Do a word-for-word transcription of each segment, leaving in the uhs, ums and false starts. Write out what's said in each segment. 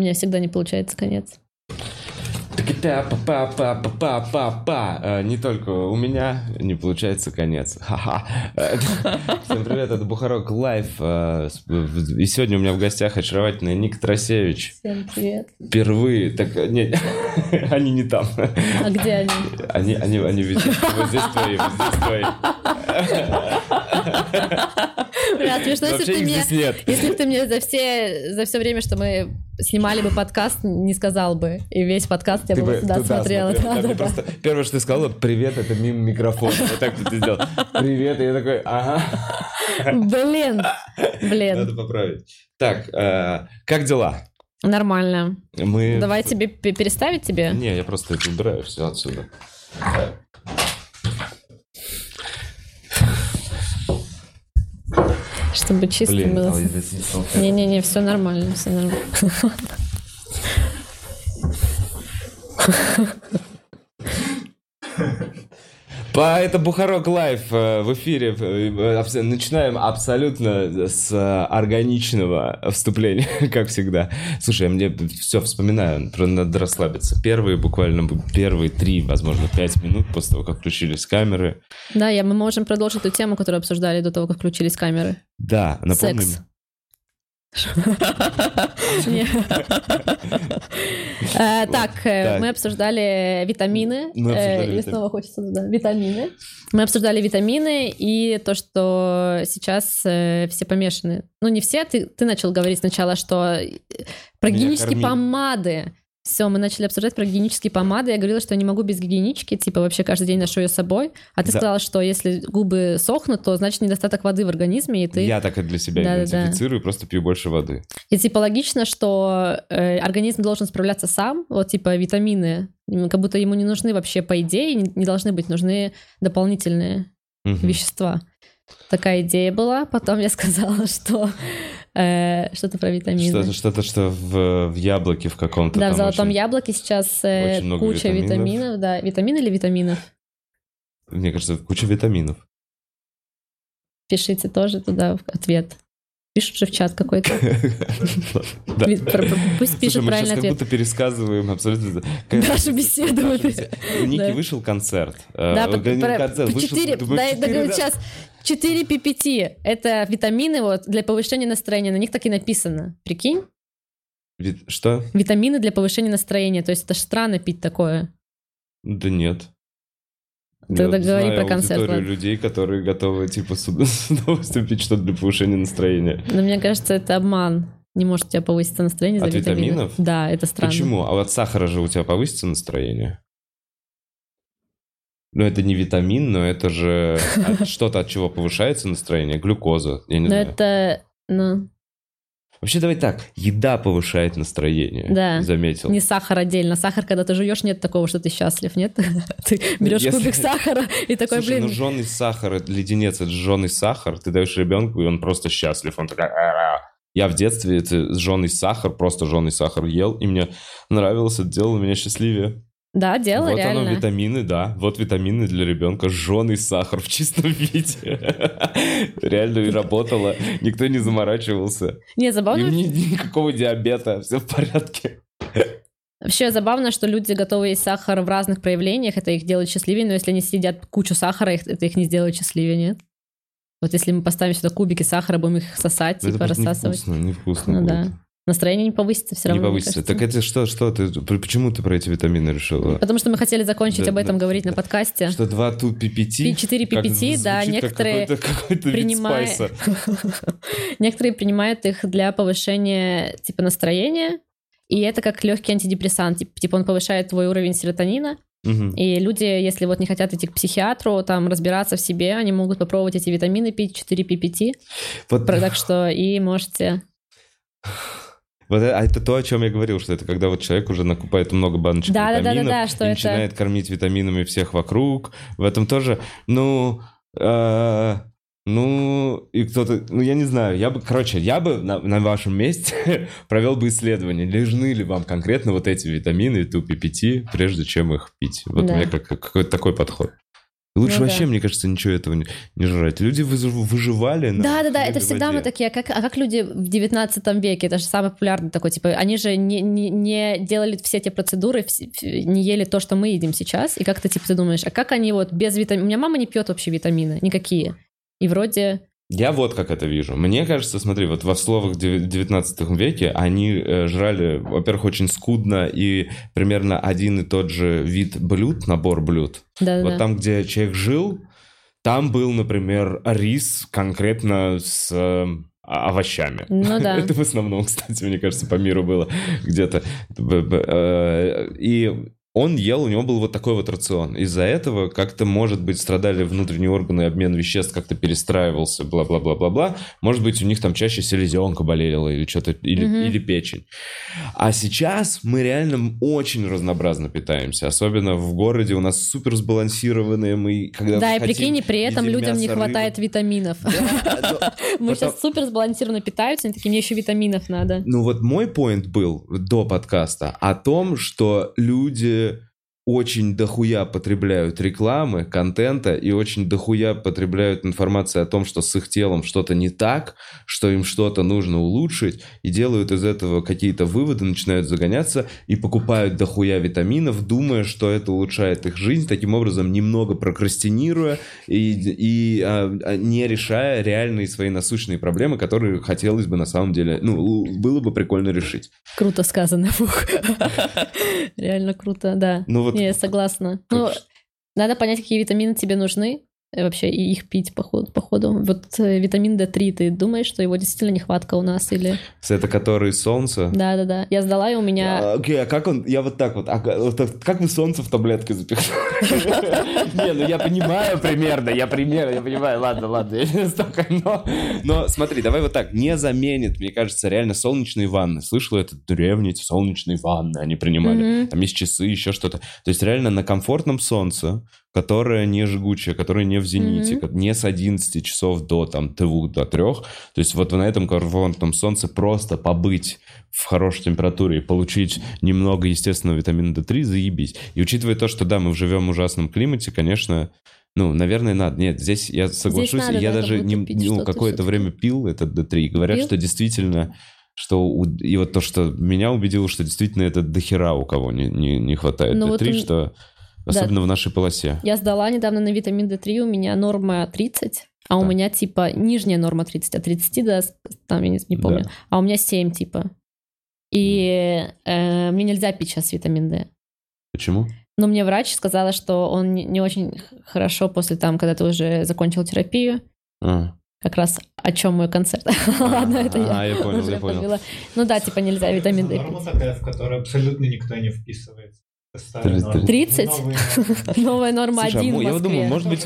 меня всегда не получается конец. Па-па-па-па-па-па-па. Не только у меня не получается конец. Ха-ха. Всем привет, это Бухарок Лайв. И сегодня у меня в гостях очаровательный Ник Тарасевич. Всем привет. Впервые. Так, нет, они не там. А где они? Они, они, они везде. Вот здесь твои, вот здесь твои. Бля, смешно, если ты мне, если бы ты мне за все, за все время, что мы снимали бы подкаст, не сказал бы. И весь подкаст я бы вот туда смотрела. Да, да, просто... да. Первое, что ты сказала, привет, это мимо микрофона. Вот так ты сделал. Привет, и я такой, ага. Блин, блин. Надо поправить. Так, э, как дела? Нормально. Мы... Давай тебе переставить тебе? Не, я просто это убираю все отсюда. Чтобы чисто Блин, было. Не-не-не, все нормально, все нормально. По это Бухарок Лайв в эфире. Начинаем абсолютно с органичного вступления, как всегда. Слушай, я мне все вспоминаю, надо расслабиться. Первые буквально, первые три, возможно, пять минут после того, как включились камеры. Да, я, мы можем продолжить эту тему, которую обсуждали до того, как включились камеры. Да, напомним. Секс. Так, мы обсуждали витамины. И снова хочется туда. Витамины. Мы обсуждали витамины и то, что сейчас все помешаны. Ну, не все. Ты начал говорить сначала, что про гигиенические помады. Все, мы начали обсуждать про гигиенические помады. Я говорила, что я не могу без гигиенички, типа вообще каждый день ношу ее с собой. А ты да. сказала, что если губы сохнут, то значит недостаток воды в организме, и ты... Я так и для себя да, идентифицирую, да. просто пью больше воды. И типа логично, что э, организм должен справляться сам, вот типа витамины, как будто ему не нужны вообще, по идее, не, не должны быть нужны дополнительные угу. вещества. Такая идея была. Потом я сказала, что э, что-то про витамины. Что-то, что-то что в, в яблоке в каком-то. Да, там в золотом очень, яблоке сейчас э, куча витаминов. витаминов. Да, витамины или витаминов? Мне кажется, куча витаминов. Пишите тоже туда ответ. Пишут же в чат какой-то. Пусть пишут правильный ответ. Мы как будто пересказываем абсолютно... Нашу беседу. У Ники вышел концерт. Да, четыре... Сейчас... четыре пи пи ти – это витамины вот для повышения настроения. На них так и написано. Прикинь? Что? Витамины для повышения настроения. То есть это ж странно пить такое. Да нет. Тогда я говори знаю про концерт. Аудиторию людей, которые готовы типа с удовольствием пить что-то для повышения настроения. Но мне кажется, это обман. Не может у тебя повыситься настроение от за витамины. Витаминов? Да, это странно. Почему? А от сахара же у тебя повысится настроение? Ну, это не витамин, но это же что-то, от чего повышается настроение. Глюкоза, я не знаю. Но это... Ну... Вообще, давай так, еда повышает настроение, да. заметил. Не сахар отдельно. Сахар, когда ты жуешь, нет такого, что ты счастлив, нет? Ты берешь Если... кубик сахара и такой, Слушай, блин... ну жженый сахар, леденец, это жженый сахар, ты даешь ребенку, и он просто счастлив. Он такой... Я в детстве это жженый сахар, просто жженый сахар ел, и мне нравилось, это делало меня счастливее. Да, дело вот реально. Вот оно, витамины, да. Вот витамины для ребенка. Жженый сахар в чистом виде. Реально и работало. Никто не заморачивался. Не, забавно. И никакого диабета. Все в порядке. Вообще забавно, что люди готовы есть сахар в разных проявлениях. Это их делает счастливее. Но если они съедят кучу сахара, это их не сделает счастливее, нет? Вот если мы поставим сюда кубики сахара, будем их сосать, но типа рассасывать. Невкусно, невкусно ну, будет. Да. Настроение не повысится все равно. Не повысится. Так это что, что ты, почему ты про эти витамины решила? Потому что мы хотели закончить да, об этом да, говорить да. на подкасте. Что два тут пи пи ти? четыре пи пи ти, да, некоторые принимают... некоторые принимают их для повышения типа настроения, и это как легкий антидепрессант. Типа он повышает твой уровень серотонина, угу. и люди, если вот не хотят идти к психиатру, там разбираться в себе, они могут попробовать эти витамины пить, четыре пи пи ти. Вот. Так что и можете... Вот, а это то, о чем я говорил, что это когда вот человек уже накупает много баночек да, витаминов да, да, да, что и это... начинает кормить витаминами всех вокруг. В этом тоже, ну, э, ну, и кто-то, ну, я не знаю, я бы, короче, я бы на, на вашем месте провел бы исследование, нужны ли вам конкретно вот эти витамины, ту пи пи ти, прежде чем их пить. Вот да. у меня как, какой-то такой подход. Лучше ну, вообще, да. мне кажется, ничего этого не, не жрать. Люди выживали. Да-да-да, это всегда воде. мы такие, а как, а как люди в девятнадцатом веке, это же самый популярный такой, типа, они же не, не, не делали все эти процедуры, не ели то, что мы едим сейчас, и как ты, типа, ты думаешь, а как они вот без витаминов... У меня мама не пьет вообще витамины, никакие. И вроде... Я вот как это вижу. Мне кажется, смотри, вот во словах в девятнадцатом веке они э, жрали, во-первых, очень скудно и примерно один и тот же вид блюд, набор блюд. Да-да-да. Вот там, где человек жил, там был, например, рис конкретно с э, овощами. Ну да. Это в основном, кстати, мне кажется, по миру было где-то. И... Он ел, у него был вот такой вот рацион. Из-за этого как-то, может быть, страдали внутренние органы, обмен веществ как-то перестраивался, бла-бла-бла-бла-бла. Может быть, у них там чаще селезенка болела или что-то, или, mm-hmm. или печень. А сейчас мы реально очень разнообразно питаемся. Особенно в городе у нас супер сбалансированные. Мы, когда да, и хотим, прикинь, при этом людям мясо, не хватает рыбу. Витаминов. Мы сейчас супер сбалансированно питаются, они такие, мне еще витаминов надо. Ну вот мой поинт был до подкаста о том, что люди очень дохуя потребляют рекламы, контента и очень дохуя потребляют информацию о том, что с их телом что-то не так, что им что-то нужно улучшить, и делают из этого какие-то выводы, начинают загоняться и покупают дохуя витаминов, думая, что это улучшает их жизнь, таким образом немного прокрастинируя и, и а, не решая реальные свои насущные проблемы, которые хотелось бы на самом деле, ну, было бы прикольно решить. Круто сказано, фух. Реально круто, да. Ну, вот не, я согласна. Ну, надо понять, какие витамины тебе нужны, вообще, и их пить, походу. походу. Вот э, витамин дэ три, ты думаешь, что его действительно нехватка у нас? Или... Это который солнце? Да-да-да. Я сдала, и у меня... Окей, а, okay, а как он... Я вот так вот... А, как вы солнце в таблетке запихнули? Не, ну я понимаю примерно, я примерно, я понимаю. Ладно, ладно, я не столько, но... Но смотри, давай вот так. Не заменит, мне кажется, реально солнечные ванны. Слышала это? Древние солнечные ванны они принимали. Там есть часы, еще что-то. То есть реально на комфортном солнце, которая не жгучая, которая не в зените, mm-hmm. не с одиннадцати часов до там двух, до трех. То есть вот на этом комфортном солнце просто побыть в хорошей температуре и получить немного естественного витамина дэ три, заебись. И учитывая то, что да, мы живем в ужасном климате, конечно, ну, наверное, надо. Нет, здесь я соглашусь, здесь надо, я да, даже не, ну, какое-то время пил этот дэ три. Говорят, пил? Что действительно... Что у, и вот то, что меня убедило, что действительно это дохера у кого не, не, не хватает дэ три, вот он... что... Особенно да. в нашей полосе. Я сдала недавно на витамин дэ три, у меня норма тридцать, а да. у меня типа нижняя норма тридцать, от тридцати до, там я не, не помню, да. а у меня семь типа. И э, мне нельзя пить сейчас витамин D. Почему? Но мне врач сказала, что он не, не очень хорошо после там, когда ты уже закончил терапию. А. Как раз о чем мой концерт. Ладно, это я. А, я понял, я понял. Ну да, типа нельзя витамин D пить. Норма такая, в которой абсолютно никто не вписывается. тридцать? Новая норма один в Москве. Я думаю, может быть...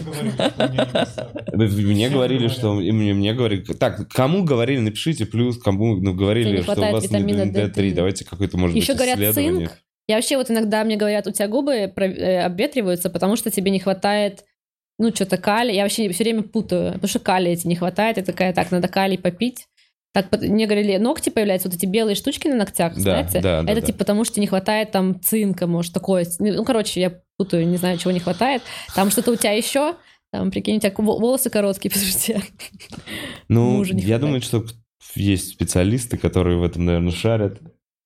Мне говорили, что... Мне говорили... Так, кому говорили, напишите плюс, кому говорили, что у вас витамина дэ три. Давайте какой-то, может быть, исследование. Еще говорят, цинк. Я вообще вот иногда мне говорят, у тебя губы обветриваются, потому что тебе не хватает, ну, что-то калия. Я вообще все время путаю, потому что калия тебе не хватает. Я такая, так, надо калий попить. Так, мне говорили, ногти появляются, вот эти белые штучки на ногтях, да, знаете? Да, да, это да. типа потому, что не хватает там цинка, может, такое. Ну, короче, я путаю, не знаю, чего не хватает. Там что-то у тебя еще, там, прикинь, у тебя волосы короткие, потому что ну, я думаю, что есть специалисты, которые в этом, наверное, шарят.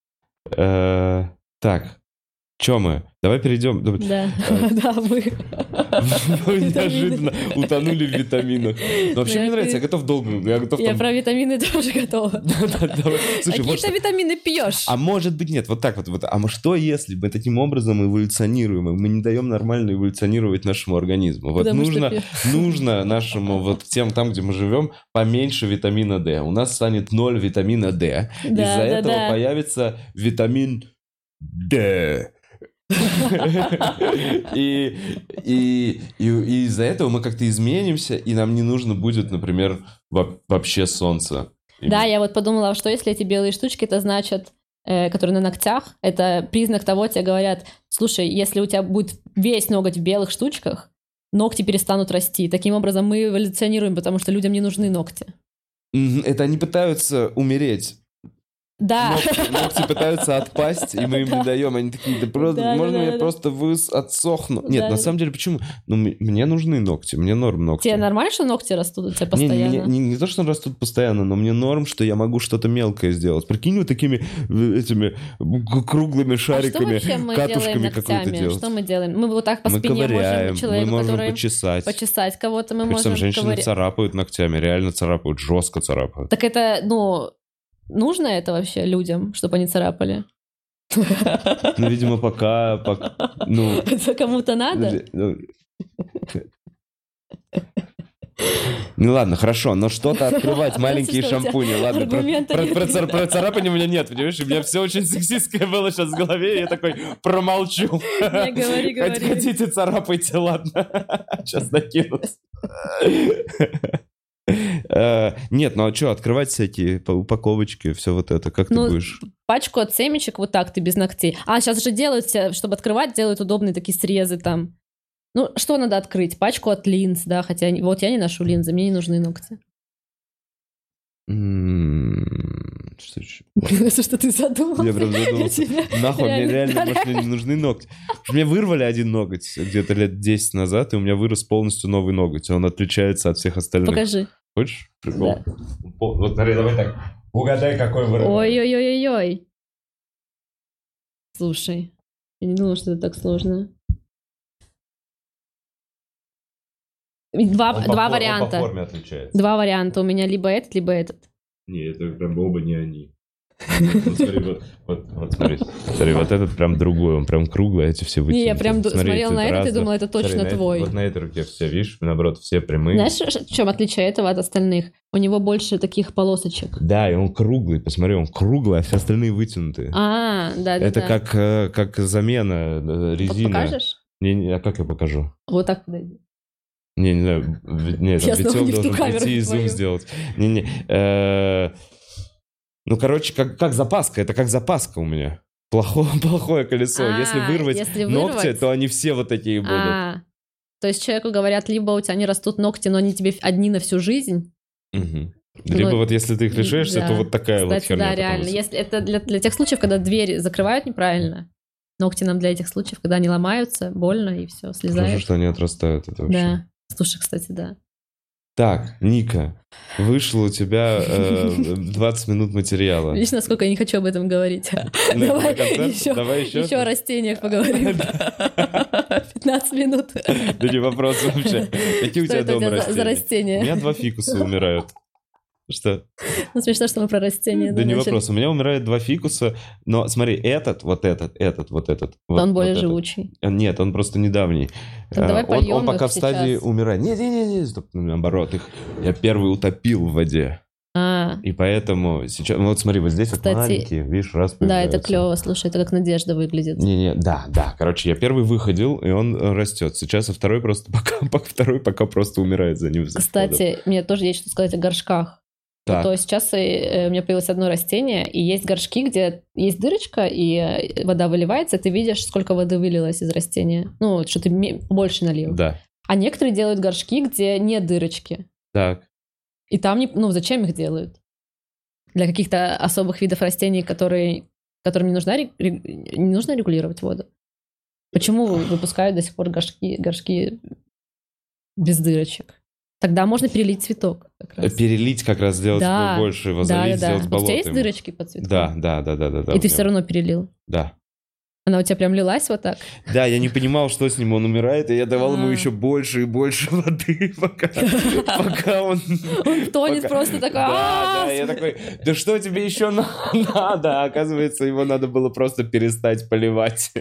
Так, что мы? Давай перейдем. Да, да, мы. Вы неожиданно утонули в витаминах. Но вообще мне нравится, я готов долго. Я готов. Я про витамины тоже готова. Какие-то витамины пьешь. А может быть нет, вот так вот. А что если мы таким образом эволюционируем, и мы не даем нормально эволюционировать нашему организму? Вот нужно, нужно нашему вот тем там, где мы живем, поменьше витамина D. У нас станет ноль витамина D. Из-за этого появится витамин D. и, и, и, и из-за этого мы как-то изменимся, и нам не нужно будет, например, вообще солнце. Да, я вот подумала, что если эти белые штучки, это значит, э, которые на ногтях, это признак того, тебе говорят, слушай, если у тебя будет весь ноготь в белых штучках, ногти перестанут расти. Таким образом мы эволюционируем, потому что людям не нужны ногти. Это они пытаются умереть. Да. Ногти, ногти пытаются отпасть, и мы им не даем. Они такие, да просто, Да, можно да, я да, просто выс отсохну? Нет, Да, на да. самом деле, почему? Ну, м- мне нужны ногти, мне норм ногти. Тебе нормально, что ногти растут у тебя Не, постоянно? не, не, не то, что растут постоянно, но мне норм, что я могу что-то мелкое сделать. Прикинь, вот такими э, этими г- круглыми шариками, а что вообще мы катушками делаем какую-то ногтями? делать. Что мы делаем? Мы вот так по Мы спине ковыряем, можем человеку, мы можем который... почесать. Почесать кого-то мы Причем можем. женщины ковыря- царапают ногтями, реально царапают, жестко царапают. Так это, ну, нужно это вообще людям, чтобы они царапали? Ну, видимо, пока... пока ну, Это кому-то надо? ну, ну ладно, хорошо, но что-то открывать, маленькие Что у тебя шампуни. Ладно, про, аргумента про, нет? про цар- про царапание у меня нет, понимаешь? У меня все очень сексистское было сейчас в голове, и я такой промолчу. Не, говори, говори. Хотите, царапайте, ладно. Сейчас накинут. Э, Нет, ну а что, открывать всякие по- упаковочки, все вот это, как ты Ну, будешь? Пачку от семечек вот так ты без ногтей. А, сейчас же делают, все, чтобы открывать, делают удобные такие срезы там. Ну, что надо открыть? Пачку от линз, да, хотя они- вот я не ношу линзы, мне не нужны ногти. М, Что еще? Что ты задумался? Я прям задумался. Я тебя Нахуй, мне реально- реально, может, мне не нужны ногти. Потому что мне вырвали один ноготь где-то лет десять назад, и у меня вырос полностью новый ноготь. Он отличается от всех остальных. Покажи. Хочешь? Прикол. По- Вот смотри, давай так. Угадай, какой вырвал. Ой-ой-ой-ой-ой. Слушай, я не думала, что это так сложно. И Два, Он по два фо- варианта. Он по форме отличается. Два варианта. У меня либо этот, либо этот. Не, это прям оба не они. Вот смотри, вот, вот, вот смотри. Смотри, вот этот прям другой, он прям круглый, а эти все вытянуты. Не, я прям ду- Смотри, смотрела на этот и разные. думала, это точно Смотри, на твой. этой- вот на этой руке все, видишь, наоборот, все прямые. Знаешь, ш- в чем отличие этого от остальных? У него больше таких полосочек. Да, и он круглый, посмотри, он круглый, а все остальные вытянутые. А, да, да. Это да. как, э, как замена э, Вот резины. покажешь? Не, не, а как я покажу? Вот так подойди. Не, не знаю, в- не, там Я снова Витек не в ту должен камеру прийти и зум твою. сделать. Не-не. э, Ну, короче, как, как запаска, это как запаска у меня. Плохое, плохое колесо. А, если вырвать если ногти, вырвать- то они все вот такие будут. А, то есть человеку говорят, либо у тебя не растут ногти, но они тебе одни на всю жизнь. Мгм. Либо Вот. вот если ты их лишаешься, Да. то вот такая вот Кстати, херня. да, потом реально. есть. Если это для, для тех случаев, когда двери закрывают неправильно, ногти нам для этих случаев, когда они ломаются, больно и все, Хорошо, слезает. что они отрастают. Это вообще. Да. Слушай, кстати, да. Так, Ника, вышло у тебя э, двадцать минут материала. Видишь, насколько я не хочу об этом говорить. На- Давай на концерт? еще, Давай еще? еще о растениях поговорим. пятнадцать минут. Да не вопрос вообще. Какие у Что тебя это у дома тебя за- за растения? У растения? меня два фикуса умирают. Что? Ну, смешно, что мы про растения. Да не начали. вопрос. У меня умирают два фикуса, но смотри, этот, вот этот, этот, вот этот. вот- Он более вот этот. живучий. Нет, он просто недавний. Так давай А, он, польем он пока их в стадии сейчас. умирает. Не-не-не, стоп, наоборот, их я первый утопил в воде. А, И поэтому сейчас... ну Вот смотри, вот здесь вот Кстати, маленькие, видишь, раз да, это появляются. клево, слушай, это как надежда выглядит. Не-не, да, да. Короче, я первый выходил, и он э, растет. Сейчас, а второй просто пока, пока второй пока просто умирает за ним. за входом. Кстати, мне тоже есть что сказать о горшках. Ну, Так. то есть сейчас э, у меня появилось одно растение, и есть горшки, где есть дырочка, и э, вода выливается, и ты видишь, сколько воды вылилось из растения. Ну, что ты ме- больше налил. Да. А некоторые делают горшки, где нет дырочки. Так. И там, не, ну, зачем их делают? Для каких-то особых видов растений, которые, которым не, нужна, ре- ре- не нужно регулировать воду. Почему выпускают до сих пор горшки, горшки без дырочек? Тогда можно перелить цветок. Как раз. Перелить как раз, сделать Да. больше, его Да, залить, да, да. сделать У тебя есть болотом. дырочки под цветком? Да, да, да, да, да. да, И у ты меня- все равно перелил? Да. Она у тебя прям лилась вот так? Да, я не понимал, что с ним, он умирает, и я давал ему А. еще больше и больше воды, пока, пока он... Он тонет пока- просто такой... Да, «А-а-а!» да, я такой, да что тебе еще на- надо? А оказывается, его надо было просто перестать поливать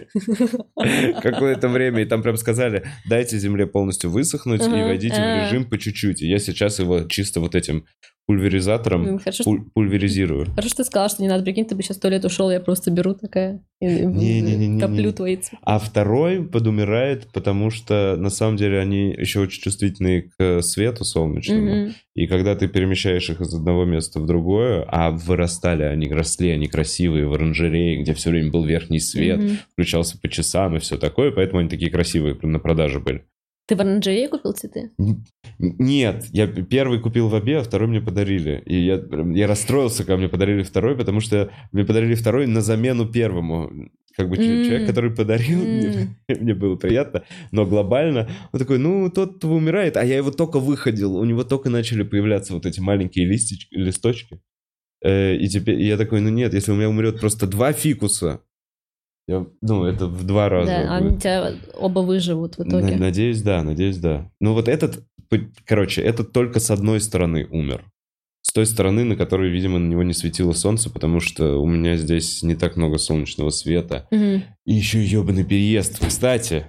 какое-то время. И там прям сказали, дайте земле полностью высохнуть и Ага, войдите в а. режим по чуть-чуть. И я сейчас его чисто вот этим пульверизатором М, Хорошо, что- пуль- пульверизирую. хорошо, что ты сказала, что не надо, прикинь, ты бы сейчас в туалет ушел, я просто беру такая и Не-не-не-не-не. коплю твои цветы. А второй подумирает, потому что на самом деле они еще очень чувствительны к свету солнечному. Мгм. И когда ты перемещаешь их из одного места в другое, а вырастали они, росли они красивые в оранжерее, где все время был верхний свет, Мгм. включался по часам и все такое, поэтому они такие красивые на продаже были. Ты в оранжерее купил цветы? Нет, я первый купил в Абе, а второй мне подарили. И я, я расстроился, когда мне подарили второй, потому что мне подарили второй на замену первому. Как бы mm. человек, который подарил, mm. мне, мне было приятно, но глобально он такой, ну, тот умирает, а я его только выходил, у него только начали появляться вот эти маленькие листички, листочки. Э, и теперь и я такой, ну нет, если у меня умрет просто два фикуса, я, ну, это в два раза. Да, они у тебя оба выживут в итоге. Надеюсь, да, надеюсь, да. Ну вот этот, короче, этот только с одной стороны умер. С той стороны, на которой, видимо, на него не светило солнце, потому что у меня здесь не так много солнечного света. Угу. И еще ебаный переезд. Кстати,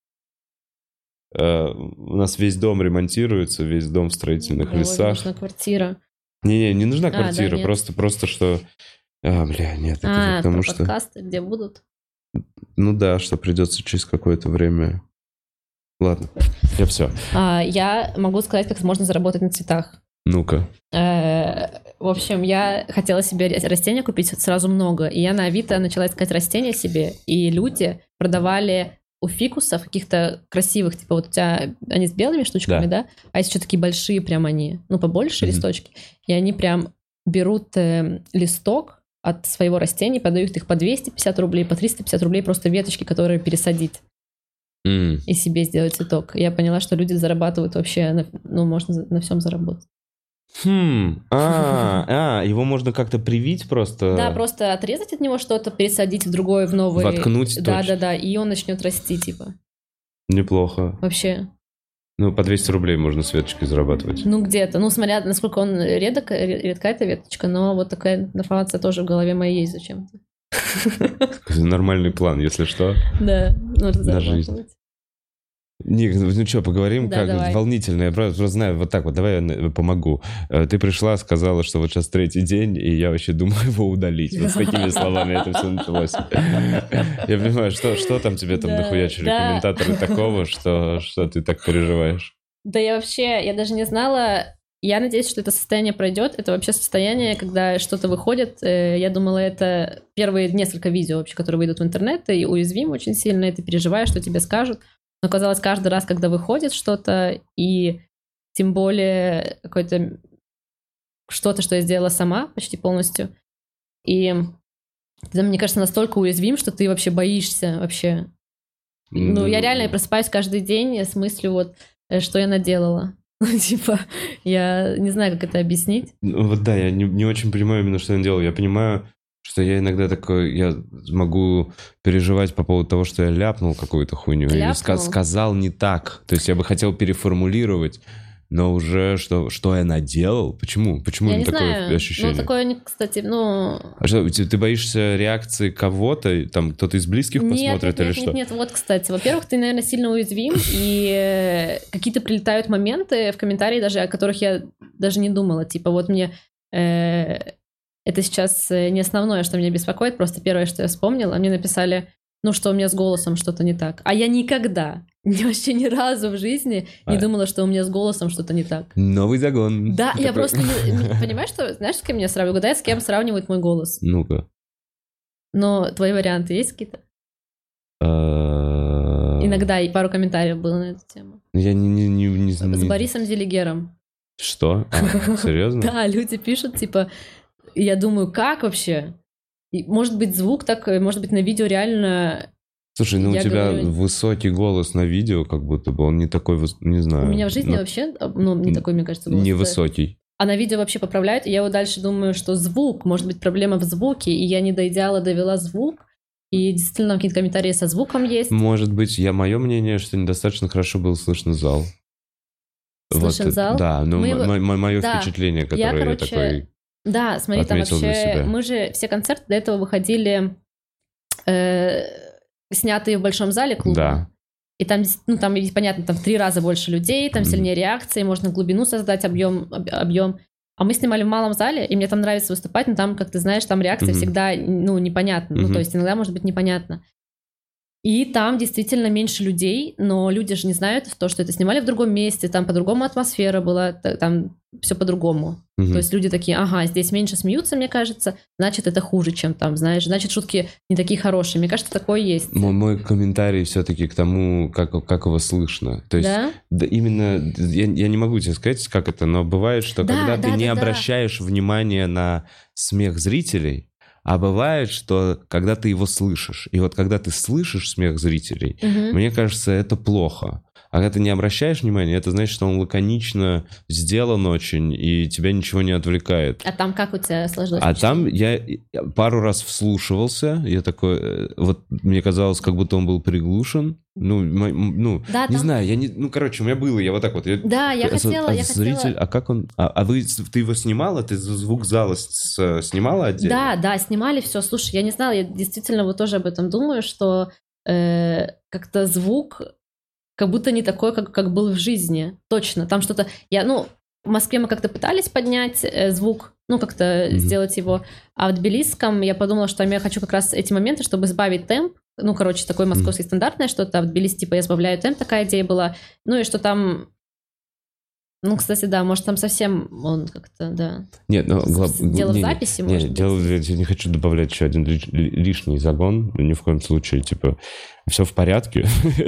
э, у нас весь дом ремонтируется, весь дом в строительных да, лесах. Нужна квартира. Не-не, не нужна квартира, а, да, просто, просто что... А, бля, нет, это а, же потому про что... подкасты где будут? Ну да, что придется через какое-то время... Ладно, я все. А, я могу сказать, как можно заработать на цветах. Ну-ка. В общем, я хотела себе растения купить сразу много, и я на Авито начала искать растения себе, и люди продавали у фикусов каких-то красивых, типа вот у тебя они с белыми штучками, да, да? А есть еще такие большие прям они, ну побольше mm-hmm. листочки, и они прям берут э, листок от своего растения, продают их по двести пятьдесят рублей, по триста пятьдесят рублей, просто веточки, которые пересадить. Mm. И себе сделать цветок. И я поняла, что люди зарабатывают вообще, на, ну, можно на всем заработать. Хм, а, а, его можно как-то привить просто? Да, просто отрезать от него что-то, пересадить в другое, в новый. Воткнуть Да, точно. да, да, и он начнет расти, типа. Неплохо. Вообще. Ну, по двести рублей можно с веточкой зарабатывать. Ну, где-то. Ну, смотря, насколько он редок, редка эта веточка, но вот такая информация тоже в голове моей есть зачем-то. Нормальный план, если что. Да, нужно на жизнь. Ник, ну что, поговорим, да, как давай. волнительно. Я просто знаю, вот так вот, давай я помогу. Ты пришла, сказала, что вот сейчас третий день, и я вообще думаю его удалить. Вот с такими словами это все началось. Я понимаю, что, что там тебе там да, нахуячили да. комментаторы такого, что, что ты так переживаешь? Да я вообще, я даже не знала... Я надеюсь, что это состояние пройдет. Это вообще состояние, когда что-то выходит. Я думала, это первые несколько видео вообще, которые выйдут в интернет, и уязвим очень сильно, и ты переживаешь, что тебе скажут. Но казалось, каждый раз, когда выходит что-то, и тем более какое-то что-то, что я сделала сама почти полностью, и это, мне кажется, настолько уязвим, что ты вообще боишься вообще. Ну, я реально просыпаюсь каждый день с мыслью, вот, что я наделала. Типа, я не знаю, как это объяснить. Ну, вот да, я не, не очень понимаю именно, что я делал. Я понимаю, что я иногда такой, я могу переживать по поводу того, что я ляпнул какую-то хуйню. Ляпнул? Или ска- сказал не так. То есть я бы хотел переформулировать, но уже что, что я наделал? Почему? Почему я не такое знаю. ощущение? Ну, такое, кстати, ну... А что, ты боишься реакции кого-то? Там кто-то из близких нет, посмотрит нет, или нет, что? Нет, нет, вот, кстати. Во-первых, ты, наверное, сильно уязвим, и какие-то прилетают моменты в комментарии даже, о которых я даже не думала. Типа, вот мне... Э- это сейчас не основное, что меня беспокоит, просто первое, что я вспомнила. Мне написали, ну, что у меня с голосом что-то не так. А я никогда, вообще ни разу в жизни не а. думала, что у меня с голосом что-то не так. Новый загон. Да, такой... я просто не... Понимаешь, что... Знаешь, с кем меня сравнивают? Угадай, с кем сравнивают мой голос. Ну-ка. Но твои варианты есть какие-то? Иногда и пару комментариев было на эту тему. Я не... не, не, с не... Борисом Зелигером. Что? А, серьезно? Да, люди пишут, типа... И я думаю, как вообще? И, может быть, звук так, может быть, на видео реально... Слушай, ну у тебя говорю... высокий голос на видео, как будто бы он не такой, не знаю. У меня в жизни но... вообще, ну, не такой, мне кажется, голос. Невысокий. А на видео вообще поправляют, и я вот дальше думаю, что звук, может быть, проблема в звуке, и я не до идеала довела звук, и действительно какие-то комментарии со звуком есть. Может быть, я мое мнение, что недостаточно хорошо был слышно зал. Слышен вот, зал? Да, ну, мы... м- м- мое да. впечатление, которое я, короче... я такой... Да, смотри, там вообще мы же все концерты до этого выходили э, снятые в большом зале клуба. Да. И там, ну, там, понятно, там в три раза больше людей, там сильнее реакции, можно глубину создать, объем, объем. А мы снимали в малом зале, и мне там нравится выступать, но там, как ты знаешь, там реакция mm-hmm. всегда, ну, непонятна. Mm-hmm. Ну, то есть иногда может быть непонятно. И там действительно меньше людей, но люди же не знают то, что это снимали в другом месте, там по-другому атмосфера была, там все по-другому. Угу. То есть люди такие, ага, здесь меньше смеются, мне кажется, значит, это хуже, чем там, знаешь, значит, шутки не такие хорошие. Мне кажется, такое есть. Мой, мой комментарий все-таки к тому, как, как его слышно. То есть, да? Да, именно, я, я не могу тебе сказать, как это, но бывает, что да, когда да, ты да, не да, обращаешь да. внимания на смех зрителей, а бывает, что когда ты его слышишь, и вот когда ты слышишь смех зрителей, угу. мне кажется, это плохо. А когда ты не обращаешь внимания, это значит, что он лаконично сделан очень, и тебя ничего не отвлекает. А там как у тебя сложилось? А там я пару раз вслушивался, я такой, вот мне казалось, как будто он был приглушен. Ну, ну да, не там... знаю, я не, ну, короче, у меня было, я вот так вот. Я, да, я а, хотела, а я зритель, хотела... А как он, а, а вы, ты его снимала, ты звук зала с, снимала отдельно? Да, да, снимали все. Слушай, я не знала, я действительно вот тоже об этом думаю, что э, как-то звук как будто не такой, как, как был в жизни. Точно, там что-то... Я, ну, в Москве мы как-то пытались поднять э, звук, ну, как-то mm-hmm. сделать его, а в Тбилисском я подумала, что я хочу как раз эти моменты, чтобы сбавить темп. Ну, короче, такое московское mm-hmm. стандартное что-то, а в Тбилиси, типа, я сбавляю темп, такая идея была. Ну, и что там... Ну, кстати, да, может, там совсем он как-то, да... Нет, ну... Глав... Дело не, в записи, не, может не, дело, я не хочу добавлять еще один лишний загон, ни в коем случае, типа, все в порядке.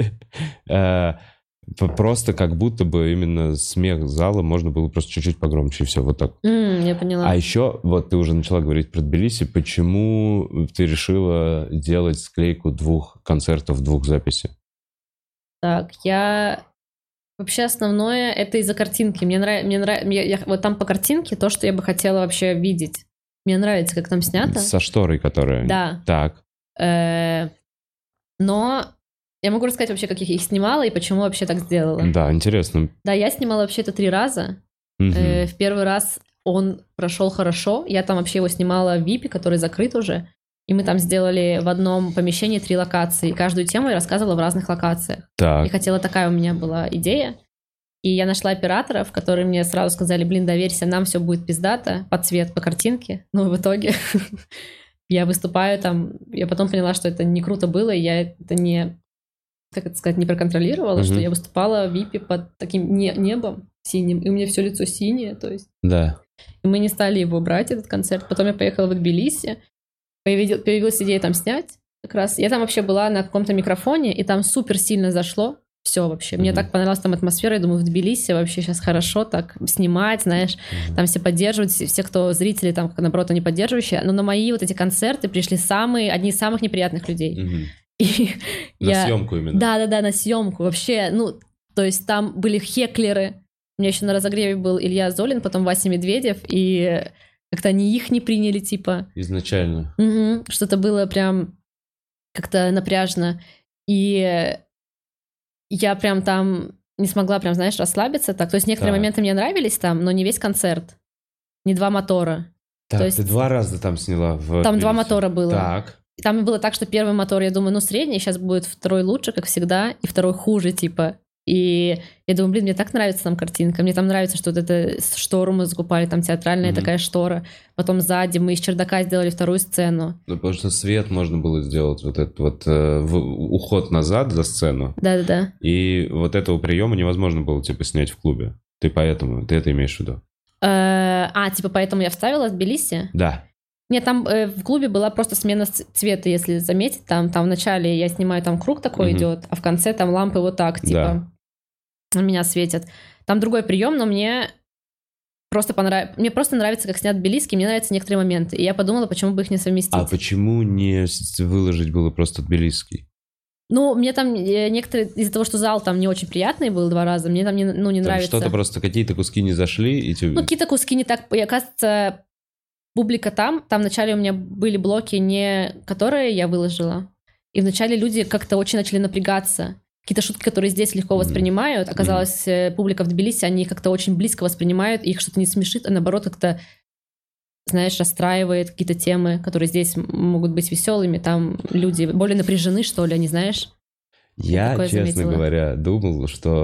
Просто как будто бы именно смех зала можно было просто чуть-чуть погромче, и все, вот так. Mm, я поняла. А еще, вот ты уже начала говорить про Тбилиси, почему ты решила делать склейку двух концертов, двух записей? Так, я... Вообще основное это из-за картинки. Мне нравится, мне нравится, я, я, вот там по картинке то, что я бы хотела вообще видеть. Мне нравится, как там снято. Со шторой, которая... Да. Так. Э-э- но... Я могу рассказать вообще, как я их снимала и почему вообще так сделала. Да, интересно. Да, я снимала вообще это три раза. Угу. Э, в первый раз он прошел хорошо. Я там вообще его снимала в випе, который закрыт уже. И мы там сделали в одном помещении три локации. Каждую тему я рассказывала в разных локациях. Так. И хотела, такая у меня была идея. И я нашла операторов, которые мне сразу сказали, блин, доверься, нам все будет пиздато, под цвет, по картинке. Но в итоге я выступаю там. Я потом поняла, что это не круто было, и я это не... как это сказать, не проконтролировала, mm-hmm. что я выступала в випе под таким не- небом синим, и у меня все лицо синее, то есть. Да. И мы не стали его брать, этот концерт. Потом я поехала в Тбилиси, появилась, появилась идея там снять как раз. Я там вообще была на каком-то микрофоне, и там супер сильно зашло все вообще. Мне mm-hmm. так понравилась там атмосфера, я думаю, в Тбилиси вообще сейчас хорошо так снимать, знаешь, mm-hmm. там все поддерживают, все, все, кто зрители, там, наоборот, они поддерживающие. Но на мои вот эти концерты пришли самые, одни из самых неприятных людей. Mm-hmm. И на я... съемку именно. Да-да-да, на съемку. Вообще, ну, то есть там были хеклеры. У меня еще на разогреве был Илья Золин, потом Вася Медведев, и как-то они их не приняли, типа. Изначально. Угу. Что-то было прям как-то напряжно. И я прям там не смогла прям, знаешь, расслабиться так. То есть некоторые так. моменты мне нравились там, но не весь концерт. Не два мотора. Так, то есть... ты два раза там сняла? В там два мотора было. Так. Там было так, что первый мотор, я думаю, ну, средний, сейчас будет второй лучше, как всегда, и второй хуже, типа. И я думаю, блин, мне так нравится там картинка, мне там нравится, что вот эту штору мы закупали, там театральная mm-hmm. такая штора. Потом сзади мы из чердака сделали вторую сцену. Ну, потому что свет можно было сделать, вот этот вот э, в, уход назад за сцену. Да-да-да. И вот этого приема невозможно было, типа, снять в клубе. Ты поэтому, ты это имеешь в виду? А, типа, поэтому я вставила в Тбилиси? Да. Нет, там э, в клубе была просто смена цвета, если заметить. Там, там в начале я снимаю, там круг такой mm-hmm. идет, а в конце там лампы вот так, типа, да. на меня светят. Там другой прием, но мне просто понравилось. Мне просто нравится, как снят Тбилисский, мне нравятся некоторые моменты. И я подумала, почему бы их не совместить. А почему не выложить было просто Тбилисский? Ну, мне там некоторые, из-за того, что зал там не очень приятный был два раза, мне там не, ну, не там нравится. Что-то просто, какие-то куски не зашли? И тебе... Ну, какие-то куски не так, оказывается... Публика там, там вначале у меня были блоки, не которые я выложила, и вначале люди как-то очень начали напрягаться. Какие-то шутки, которые здесь легко воспринимают, оказалось, mm-hmm. публика в Тбилиси, они как-то очень близко воспринимают, их что-то не смешит, а наоборот как-то, знаешь, расстраивает какие-то темы, которые здесь могут быть веселыми, там люди более напряжены, что ли, не знаешь? Я, я честно заметила. говоря, думал, что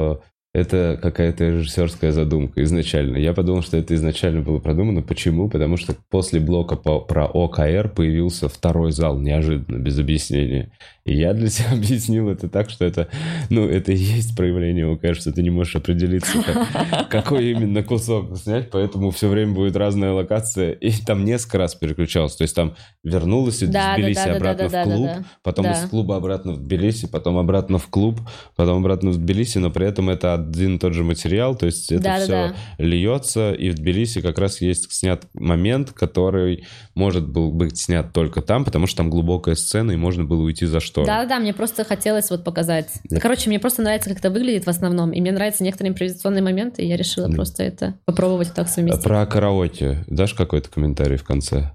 это какая-то режиссерская задумка изначально. Я подумал, что это изначально было продумано. Почему? Потому что после блока по, про ОКР появился второй зал неожиданно, без объяснения. И я для себя объяснил это так, что это, ну, это и есть проявление ОКР, что ты не можешь определиться, как, какой именно кусок снять, поэтому все время будет разная локация, и там несколько раз переключалось. То есть там вернулась из да, Тбилиси да, да, обратно да, в клуб, да, да, потом да. из клуба обратно в Тбилиси, потом обратно в клуб, потом обратно в Тбилиси, но при этом это один и тот же материал, то есть это да, все да, да. льется, и в Тбилиси как раз есть снят момент, который может был быть снят только там, потому что там глубокая сцена, и можно было уйти за штору. Да-да, мне просто хотелось вот показать. Да. Короче, мне просто нравится, как это выглядит в основном, и мне нравятся некоторые импровизационные моменты, и я решила да. просто это попробовать так совместить. Про караоке дашь какой-то комментарий в конце?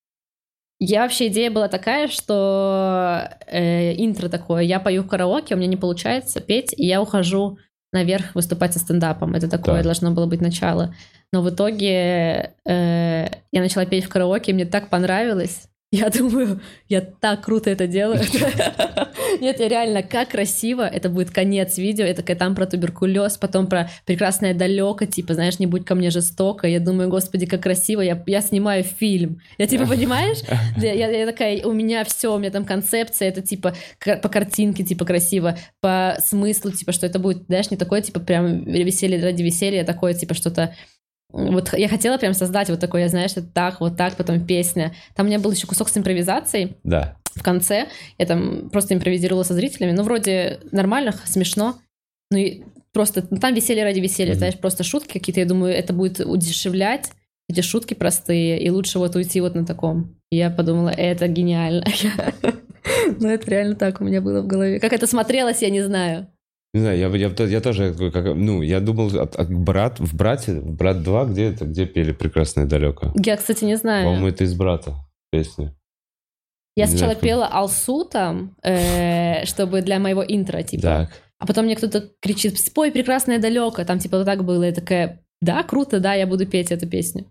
Я вообще, идея была такая, что э, интро такое, я пою в караоке, у меня не получается петь, и я ухожу наверх выступать со стендапом. Это такое да. должно было быть начало. Но в итоге э, я начала петь в караоке, и мне так понравилось. Я думаю, я так круто это делаю. Нет, я реально, как красиво. Это будет конец видео. Это там про туберкулез, потом про прекрасное далеко, типа, знаешь, не будь ко мне жестоко. Я думаю, господи, как красиво. Я, я снимаю фильм. Я типа, понимаешь? Я, я, я такая, у меня все, у меня там концепция, это типа по картинке, типа, красиво, по смыслу, типа, что это будет, знаешь, не такое, типа, прям веселье ради веселья, такое, типа, что-то. Вот я хотела прям создать вот такое, знаешь, вот так, вот так, потом песня. Там у меня был еще кусок с импровизацией. Да. В конце. Я там просто импровизировала со зрителями. Ну, вроде нормально, смешно. Ну, и просто... Ну, там веселье ради веселья, mm-hmm. знаешь, просто шутки какие-то. Я думаю, это будет удешевлять эти шутки простые. И лучше вот уйти вот на таком. И я подумала, это гениально. Ну, это реально так у меня было в голове. Как это смотрелось, я не знаю. Не знаю, я, я, я тоже, как, ну, я думал, от, от брат, в «Брате», в «Брат два», где это, где пели «Прекрасное далеко»? Я, кстати, не знаю. По-моему, это из «Брата» песня. Я не сначала знаю, пела «Алсу» там, э, чтобы для моего интро, типа. Так. А потом мне кто-то кричит, спой «Прекрасное далеко», там, типа, вот так было. Я такая, да, круто, да, я буду петь эту песню.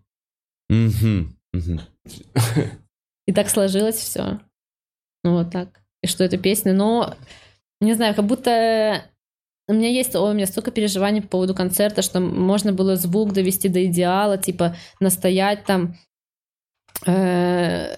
И так сложилось все. Ну, вот так. И что это песня, но, не знаю, как будто... У меня есть, о, у меня столько переживаний по поводу концерта, что можно было звук довести до идеала, типа настоять там, э,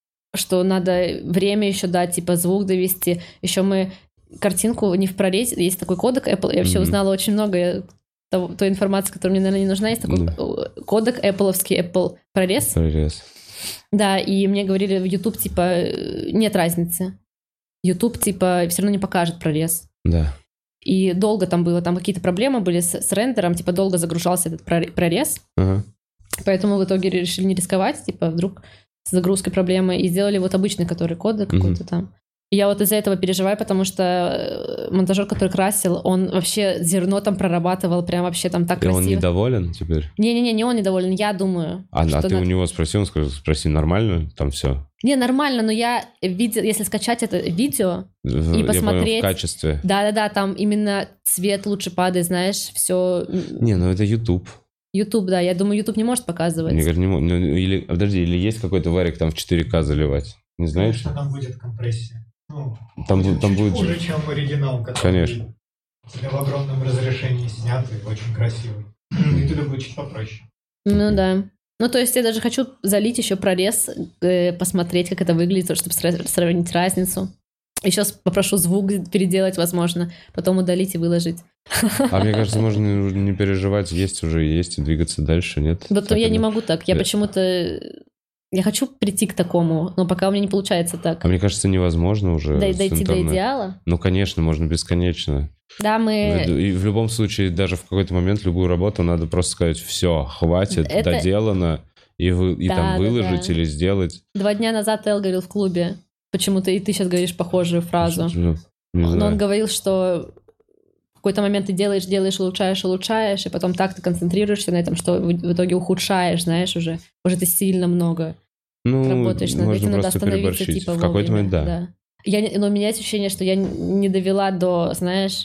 что надо время еще дать, типа звук довести. Еще мы картинку не в прорезе, есть такой кодек Apple, я вообще mm-hmm. узнала очень много того, той информации, которая мне, наверное, не нужна. Есть такой mm-hmm. кодек Apple'овский, Apple прорез. Прорез. Да, и мне говорили в YouTube, типа, нет разницы. YouTube, типа, все равно не покажет прорез. Да. И долго там было, там какие-то проблемы были с, с рендером, типа долго загружался этот прорез. Uh-huh. Поэтому в итоге решили не рисковать, типа вдруг с загрузкой проблемы, и сделали вот обычный, который кодек uh-huh. какой-то там. И я вот из-за этого переживаю, потому что монтажер, который красил, он вообще зерно там прорабатывал, прям вообще там так и красиво. И он недоволен теперь? Не-не-не, не он недоволен, я думаю. А, а ты надо... у него спроси, он скажет, спроси, нормально там все? Не, нормально, но я видел, если скачать это видео в, и посмотреть... Я понял, в качестве. Да-да-да, там именно цвет лучше падает, знаешь, все... Не, ну это YouTube. YouTube, да, я думаю, YouTube не может показывать. Мне кажется, не может. Или, подожди, или есть какой-то варик там в четыре ка заливать? Не знаешь? Конечно, там будет компрессия. Ну, там будет там чуть будет хуже, чем оригинал, который Конечно. в огромном разрешении снятый, очень красивый. И туда будет чуть попроще. Ну да. Ну, то есть я даже хочу залить еще прорез, э, посмотреть, как это выглядит, чтобы сравнить разницу. Еще попрошу звук переделать, возможно, потом удалить и выложить. А мне кажется, можно не переживать, есть уже есть, и двигаться дальше, нет? Вот так я это... не могу так. Я да. почему-то... Я хочу прийти к такому, но пока у меня не получается так. А мне кажется, невозможно уже. Да, дойти до идеала? Ну, конечно, можно бесконечно. Да, мы... И в любом случае, даже в какой-то момент любую работу надо просто сказать, все, хватит, это... доделано, и, вы, и да, там выложить да, да. или сделать. Два дня назад Эл говорил в клубе, почему-то и ты сейчас говоришь похожую фразу. Ну, но он говорил, что в какой-то момент ты делаешь, делаешь, улучшаешь, улучшаешь, и потом так ты концентрируешься на этом, что в итоге ухудшаешь, знаешь, уже. Уже ты сильно много ну, работаешь над этим, надо остановиться, типа, типа, в какой-то момент, да. да. Я, но у меня есть ощущение, что я не довела до, знаешь...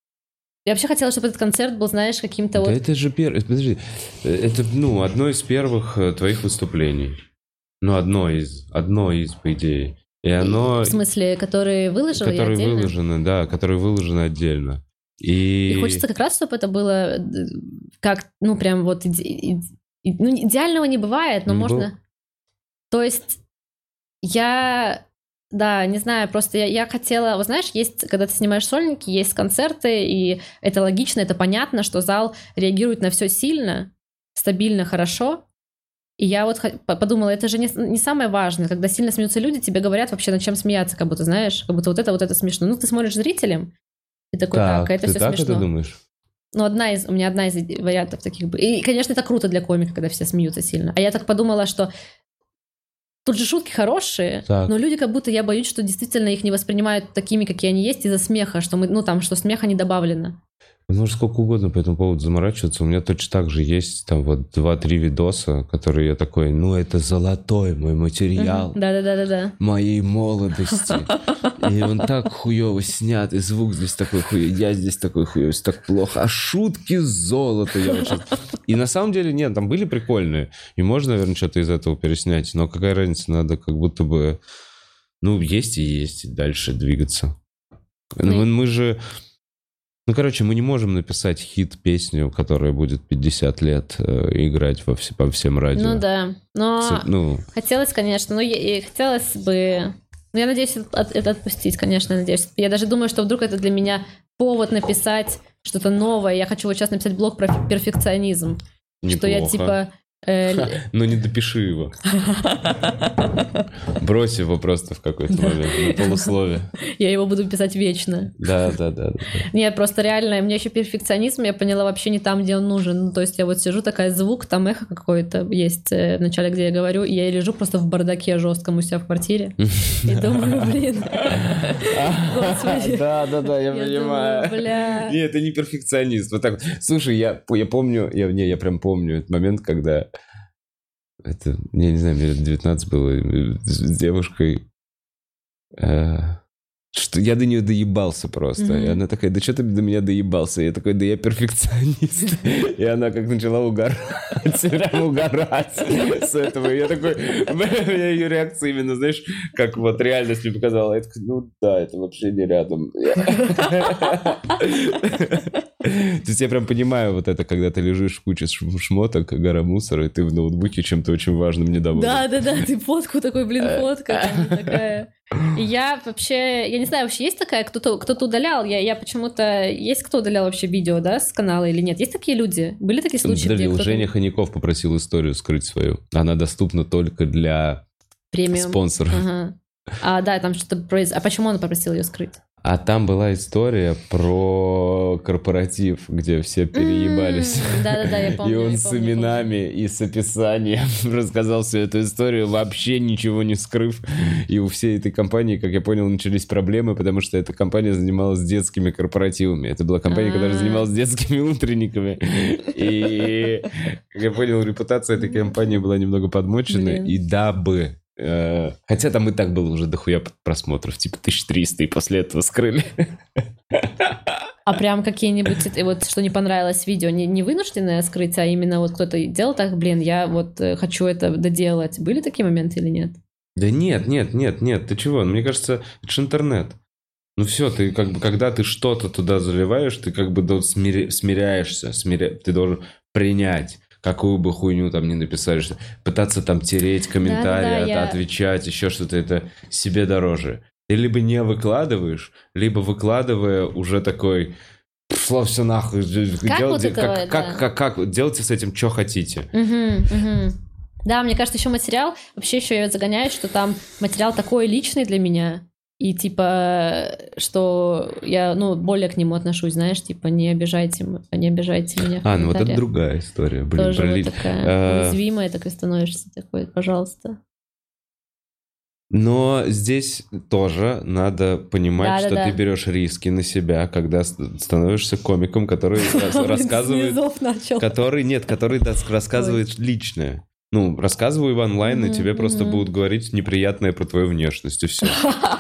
Я вообще хотела, чтобы этот концерт был, знаешь, каким-то да вот... это же первый... Подожди. Это, ну, одно из первых твоих выступлений. Ну, одно из. Одно из, по идее. И оно... В смысле, которые выложены Которые отдельно? выложены, да, которые выложены отдельно. И... и хочется как раз, чтобы это было как, ну, прям вот... Иде... И... Ну, идеального не бывает, но не можно... Был... То есть я... Да, не знаю, просто я, я хотела... Вот знаешь, есть, когда ты снимаешь сольники, есть концерты, и это логично, это понятно, что зал реагирует на все сильно, стабильно, хорошо. И я вот подумала, это же не, не самое важное. Когда сильно смеются люди, тебе говорят вообще, над чем смеяться, как будто, знаешь, как будто вот это, вот это смешно. Ну, ты смотришь зрителям, и такой, так, так это все так смешно. Это думаешь? Ну, одна из, у меня одна из вариантов таких. И, конечно, это круто для комика, когда все смеются сильно. А я так подумала, что тут же шутки хорошие, так. но люди как будто, я боюсь, что действительно их не воспринимают такими, какие они есть, из-за смеха, что мы, ну, там, что смеха не добавлено. Можно сколько угодно по этому поводу заморачиваться. У меня точно так же есть там вот два-три видоса, которые я такой, ну, это золотой мой материал. Да-да-да-да-да. Моей молодости. И он так хуёво снят, и звук здесь такой хуёвый, я здесь такой хуёвый, так плохо. А шутки золото я вот сейчас... И на самом деле, нет, там были прикольные. И можно, наверное, что-то из этого переснять. Но какая разница, надо как будто бы... Ну, есть и есть, и дальше двигаться. Мы, мы же... Ну, короче, мы не можем написать хит-песню, которая будет пятьдесят лет э, играть во все, по всем радио. Ну да, но Все, ну... хотелось, конечно, ну, и хотелось бы... Ну, я надеюсь это отпустить, конечно, я надеюсь. Я даже думаю, что вдруг это для меня повод написать что-то новое. Я хочу вот сейчас написать блог про перфекционизм. Неплохо. Что я типа... Ну не допиши его. Брось его просто в какой-то момент, на полусловие. Я его буду писать вечно. Да, да, да. Нет, просто реально, у меня еще перфекционизм, я поняла, вообще не там, где он нужен. Ну, то есть я вот сижу, такая звук, там эхо какое-то есть в начале, где я говорю, и я лежу просто в бардаке жестком у себя в квартире. И думаю, блин. Да, да, да, я понимаю. Нет, это не перфекционист. Вот так. Слушай, я помню, не, я прям помню этот момент, когда это, я не знаю, мне лет девятнадцать было, с девушкой, э, что я до нее доебался просто. Mm-hmm. И она такая, да что ты до меня доебался? Я такой, да я перфекционист. И она как начала угорать, прям угорать с этого. И я такой, я ее реакция именно, знаешь, как вот реальность мне показала. Я такой, ну да, это вообще не рядом. То есть я прям понимаю вот это, когда ты лежишь в куче шмоток, гора мусора, и ты в ноутбуке чем-то очень важным недоволен. Да-да-да, ты фотку такой, блин, фотка такая. И я вообще, я не знаю, вообще есть такая, кто-то, кто-то удалял, я, я почему-то, есть кто удалял вообще видео, да, с канала или нет? Есть такие люди? Были такие случаи? Подожди, где Женя Хомяков попросил историю скрыть свою. Она доступна только для премиум спонсоров. Ага. А, да, там что-то произошло. А почему он попросил ее скрыть? А там была история про корпоратив, где все переебались. Да-да-да, я помню. И он я с помню, именами помню. и с описанием рассказал всю эту историю, вообще ничего не скрыв. И у всей этой компании, как я понял, начались проблемы, потому что эта компания занималась детскими корпоративами. Это была компания, которая занималась детскими утренниками. И, как я понял, репутация этой компании была немного подмочена. И дабы... Хотя там и так было уже дохуя просмотров, типа тысяча триста, и после этого скрыли. А прям какие-нибудь, вот что не понравилось видео, не, не вынужденное скрыть, а именно вот кто-то делал так, блин, я вот хочу это доделать. Были такие моменты или нет? Да нет, нет, нет, нет, ты чего? Мне кажется, это же интернет. Ну все, ты как бы, когда ты что-то туда заливаешь, ты как бы смиря... смиряешься, смиря... ты должен принять. Какую бы хуйню там ни написали, что пытаться там тереть комментарии, да, да, да, я... отвечать, еще что-то, это себе дороже. Ты либо не выкладываешь, либо выкладывая уже такой, шло все нахуй. Как Дел... вот это, как, да. как, как, как, делайте с этим, что хотите. Угу, угу. Да, мне кажется, еще материал, вообще еще я загоняю, что там материал такой личный для меня. И типа, что я, ну, более к нему отношусь, знаешь, типа, не обижайте, не обижайте меня. А, ну вот это другая история. Блин, тоже пролить. Вот такая уязвимая, такой становишься, такой, пожалуйста. Но здесь тоже надо понимать, да, что да, ты да. берешь риски на себя, когда становишься комиком, который рассказывает... Который, нет, который рассказывает личное. Ну, рассказывай в онлайн, mm-hmm, и тебе mm-hmm. просто будут говорить неприятное про твою внешность, и все.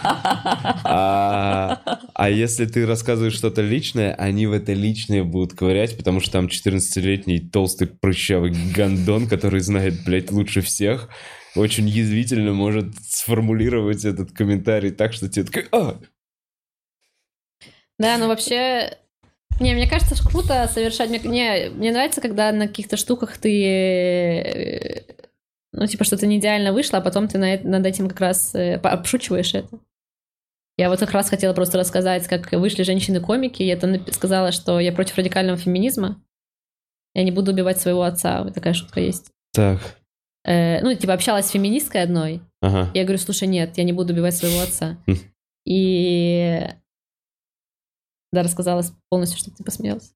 А, а если ты рассказываешь что-то личное, они в это личное будут ковырять, потому что там четырнадцатилетний толстый прыщавый гандон, который знает, блядь, лучше всех, очень язвительно может сформулировать этот комментарий так, что тебе такой... А! Да, ну вообще... Не, мне кажется, что круто совершать... Мне, мне, мне нравится, когда на каких-то штуках ты... Ну, типа, что-то не идеально вышло, а потом ты над, над этим как раз обшучиваешь это. Я вот как раз хотела просто рассказать, как вышли женщины-комики, и это сказала, что я против радикального феминизма. Я не буду убивать своего отца. Вот такая шутка есть. Так. Э, ну, типа, общалась с феминисткой одной. Ага. Я говорю, слушай, нет, я не буду убивать своего отца. И... Да, рассказала полностью, чтобы ты посмеялась.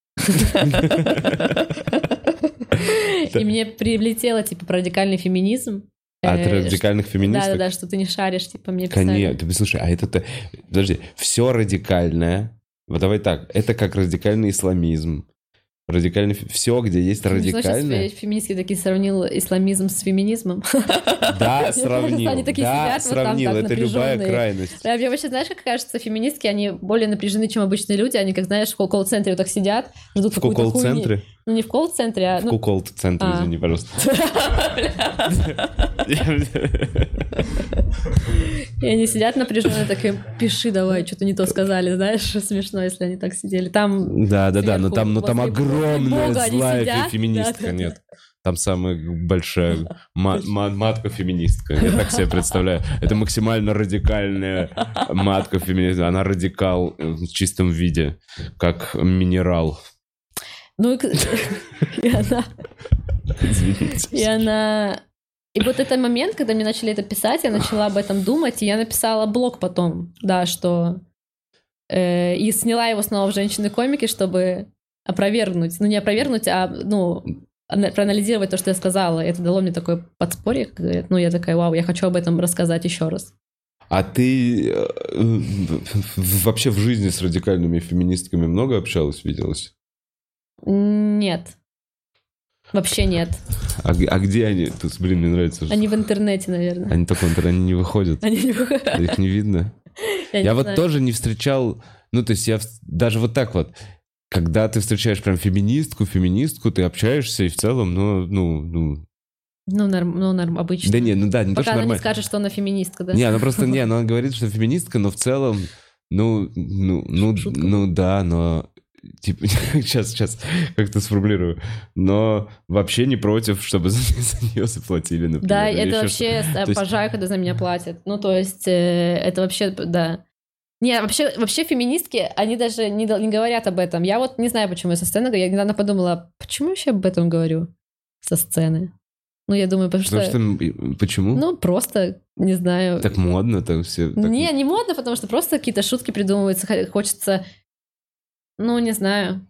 И мне прилетело, типа, про радикальный феминизм. От радикальных феминисток? Да-да-да, что ты не шаришь, типа, мне писали. Конечно, слушай, а это-то... Подожди, все радикальное, вот давай так, это как радикальный исламизм. Радикальный... Все, где есть радикальное... Сейчас феминистки такие сравнил исламизм с феминизмом. Да, сравнил. Они такие да, сидят, сравнил. Вот там, это любая крайность. Да, мне вообще, знаешь, как кажется, феминистки, они более напряжены, чем обычные люди. Они, как знаешь, в колл-центре вот так сидят, ждут в какую-то хуйню. В колл-центре? Ну, не в колл-центре, а... В ну... колл-центре, а. Извини, пожалуйста. И они сидят напряженно, такие, пиши давай, что-то не то сказали, знаешь, смешно, если они так сидели. Там... Да-да-да, но там, но там огромная злая феминистка, нет. Там самая большая ма- ма- матка-феминистка. Я так себе представляю. Это максимально радикальная матка-феминистка. Она радикал в чистом виде, как минерал. Ну и, и она... Извините. И она... И вот этот момент, когда мне начали это писать, я начала об этом думать, и я написала блог потом, да, что... Э, и сняла его снова в «Женщины-комики», чтобы опровергнуть. Ну, не опровергнуть, а, ну... проанализировать то, что я сказала. Это дало мне такое подспорье. Ну, я такая, вау, я хочу об этом рассказать еще раз. А ты вообще в жизни с радикальными феминистками много общалась, виделась? Нет. Вообще нет. А, а где они? Тут, блин, мне нравится. Они в интернете, наверное. Они только в интернете, они не выходят. Они не выходят. Их не видно. Я, я не вот знаю. тоже не встречал... Ну, то есть я даже вот так вот... Когда ты встречаешь прям феминистку, феминистку, ты общаешься, и в целом, ну, ну, ну... Ну, норм, ну, норм, обычно. Да не, ну да, не Пока то, что она нормально. не скажет, что она феминистка, да? Не, она просто, не, она говорит, что феминистка, но в целом, ну, ну, ну, Шутка. ну да, но... Типа, сейчас, сейчас как-то сформулирую. Но вообще не против, чтобы за, за нее заплатили, например. Да, это вообще обожаю, есть... когда за меня платят. Ну, то есть, э, это вообще, да... Не, вообще, вообще феминистки, они даже не, не говорят об этом. Я вот не знаю, почему я со сцены, я недавно подумала, почему я вообще об этом говорю со сцены? Ну, я думаю, потому, потому что... что... Почему? Ну, просто, не знаю... Так модно, так все... Так... Не, не модно, потому что просто какие-то шутки придумываются, хочется... Ну, не знаю...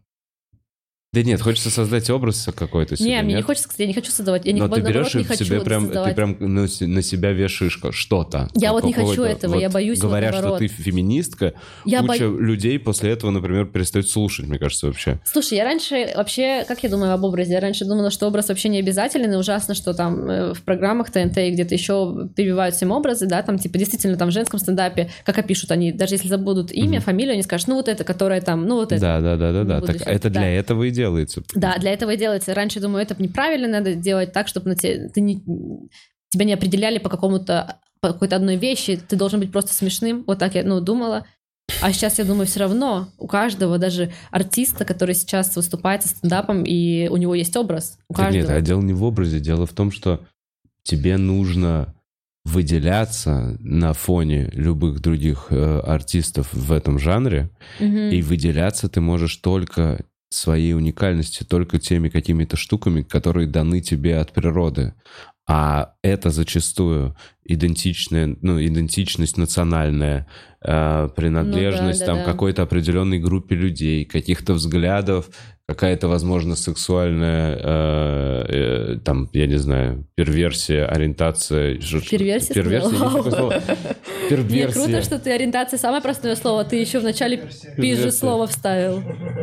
Да нет, хочется создать образ какой-то себе. Не, мне нет? не хочется, я не хочу создавать. Я Но не, ты берешь наоборот, не и в хочу себе прям, создавать. ты прям на, на себя вешаешь что-то. Я вот не хочу этого, вот, я боюсь. Говоря, вот, что ты феминистка, я куча бо... людей после этого, например, перестают слушать, мне кажется, вообще. Слушай, я раньше вообще, как я думаю об образе? Я раньше думала, что образ вообще не обязательный, и ужасно, что там в программах ТНТ и где-то еще перебивают всем образы, да, там типа действительно там в женском стендапе, как опишут они, даже если забудут имя, mm-hmm. фамилию, они скажут, ну вот это, которое там, ну вот это. Да, да, да, да, да. Так это для да. этого и делается. Да, для этого и делается. Раньше, думаю, это неправильно, надо делать так, чтобы на те, ты не, тебя не определяли по какому-то, по какой-то одной вещи, ты должен быть просто смешным. Вот так я, ну, думала. А сейчас я думаю, все равно у каждого, даже артиста, который сейчас выступает со стендапом, и у него есть образ. У так каждого. Нет, а дело не в образе, дело в том, что тебе нужно выделяться на фоне любых других э, артистов в этом жанре, угу. и выделяться ты можешь только своей уникальностью, только теми какими-то штуками, которые даны тебе от природы. А это зачастую идентичная, ну, идентичность национальная, э, принадлежность ну, да, да, там да. какой-то определенной группе людей, каких-то взглядов, какая-то, возможно, сексуальная, э, э, там, я не знаю, перверсия, ориентация. Перверсия? Перверсия? Перверсия. Мне круто, что ты ориентация, самое простое слово, ты еще вначале пизже слово вставил.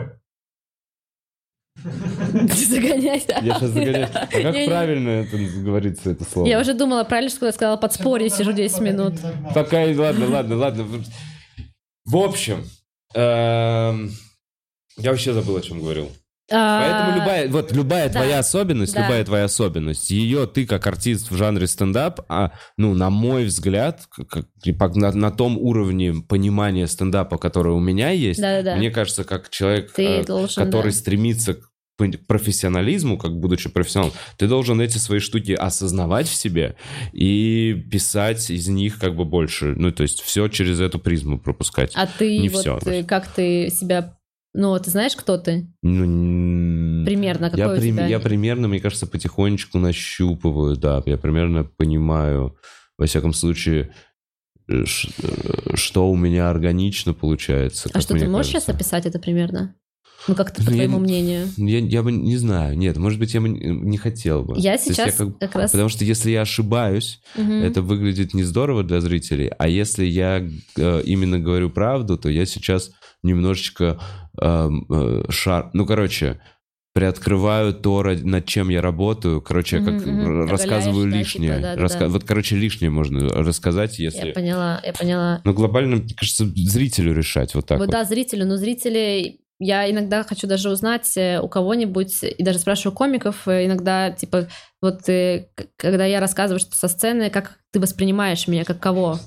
Загоняйся. Я сейчас загоняюсь. А как я правильно не... это говорится, это слово? Я уже думала, правильно, что я сказала подспорье, сижу десять минут. Такая, ладно, ладно, ладно. В общем, я вообще забыл, о чем говорил. А... Поэтому любая, вот, любая да. твоя особенность, да. любая твоя особенность, ее ты как артист в жанре стендап, а, ну, на мой взгляд, как, на, на том уровне понимания стендапа, который у меня есть, да-да-да. мне кажется, как человек, э, должен, который да. стремится к профессионализму, как будучи профессионалом, ты должен эти свои штуки осознавать в себе и писать из них как бы больше. Ну, то есть все через эту призму пропускать. А ты Не вот все, как ты себя... Ну, ты знаешь, кто ты? Ну, примерно, какой я, у тебя... я примерно, мне кажется, потихонечку нащупываю, да. Я примерно понимаю, во всяком случае, что у меня органично получается. А что, ты можешь кажется. сейчас описать это примерно? Ну, как-то по ну, твоему я, мнению. Я, я бы не знаю. Нет, может быть, я бы не хотел бы. Я сейчас я как, как раз... Потому что если я ошибаюсь, угу. это выглядит не здорово для зрителей. А если я э, именно говорю правду, то я сейчас немножечко э, э, шар... Ну, короче, приоткрываю то, над чем я работаю. Короче, я как mm-hmm. рассказываю Оголяешь, лишнее. Да, типа, да, Раска... да. Вот, короче, лишнее можно рассказать, если... Я поняла, я поняла. Но глобально, мне кажется, зрителю решать вот так вот. Вот да, зрителю, но зрители... Я иногда хочу даже узнать у кого-нибудь, и даже спрашиваю комиков, иногда, типа, вот когда я рассказываю что-то со сцены, как ты воспринимаешь меня, как кого?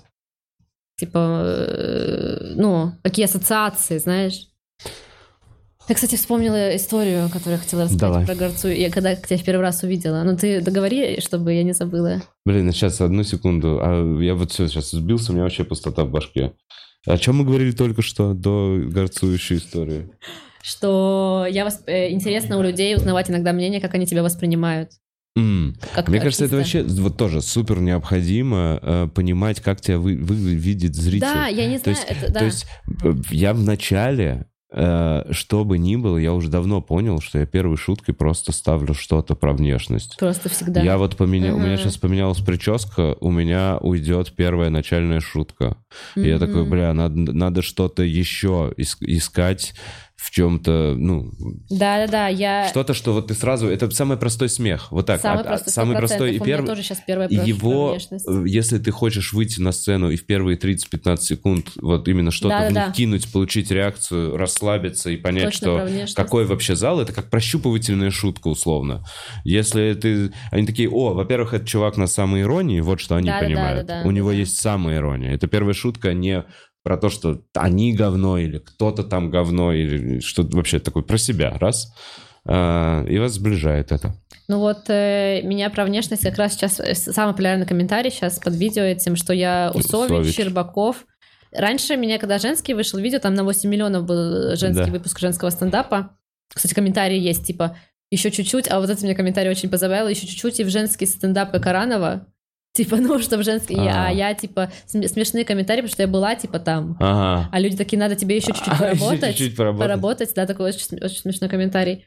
Типа, ну, какие ассоциации, знаешь? Я, кстати, вспомнила историю, которую я хотела рассказать Давай. про Горцу. Я когда тебя в первый раз увидела. Ну, ты договори, чтобы я не забыла. Блин, сейчас, одну секунду. А я вот все сейчас сбился, у меня вообще пустота в башке. О чем мы говорили только что до горцующей истории? Что я восп... интересно у людей узнавать иногда мнение, как они тебя воспринимают. Mm. Как Мне артиста. кажется, это вообще вот тоже супер необходимо э, понимать, как тебя вы, вы, видит зритель. Да, я не то знаю. Есть, это, да. То есть я в начале... Что бы ни было, я уже давно понял, что я первой шуткой просто ставлю что-то про внешность. Просто всегда. Я вот поменял, uh-huh. у меня сейчас поменялась прическа, у меня уйдет первая начальная шутка. Uh-huh. И я такой, бля, надо, надо что-то еще искать в чем-то, ну... Да-да-да, я... Что-то, что вот ты сразу... Это самый простой смех. Вот так. Самый, а, простой, самый простой и первый... тоже сейчас первая и его, если ты хочешь выйти на сцену и в первые тридцать-пятнадцать секунд вот именно что-то да, в них да. кинуть, получить реакцию, расслабиться и понять, Точно что какой вообще зал, это как прощупывательная шутка условно. Если ты... Они такие, о, во-первых, этот чувак на самоиронии, вот что они да, понимают. Да, да, да, У да, него да. есть самоирония. Это первая шутка не... про то, что они говно, или кто-то там говно, или что-то вообще такое про себя, раз, а, и вас сближает это. Ну вот, э, меня про внешность как раз сейчас, самый популярный комментарий сейчас под видео этим, что я Усович, Усович. Щербаков. Раньше меня, когда женский вышел видео, там на восемь миллионов был женский да. выпуск женского стендапа. Кстати, комментарии есть, типа, еще чуть-чуть, а вот это мне комментарий очень позабавил, еще чуть-чуть, и в женский стендап как Аранова. Типа, ну, что в женский... А, а я, типа, смешные комментарии, потому что я была, типа, там. Ага. А люди такие, надо тебе еще чуть-чуть поработать. Еще чуть-чуть поработать. Поработать, да, такой очень, очень смешной комментарий.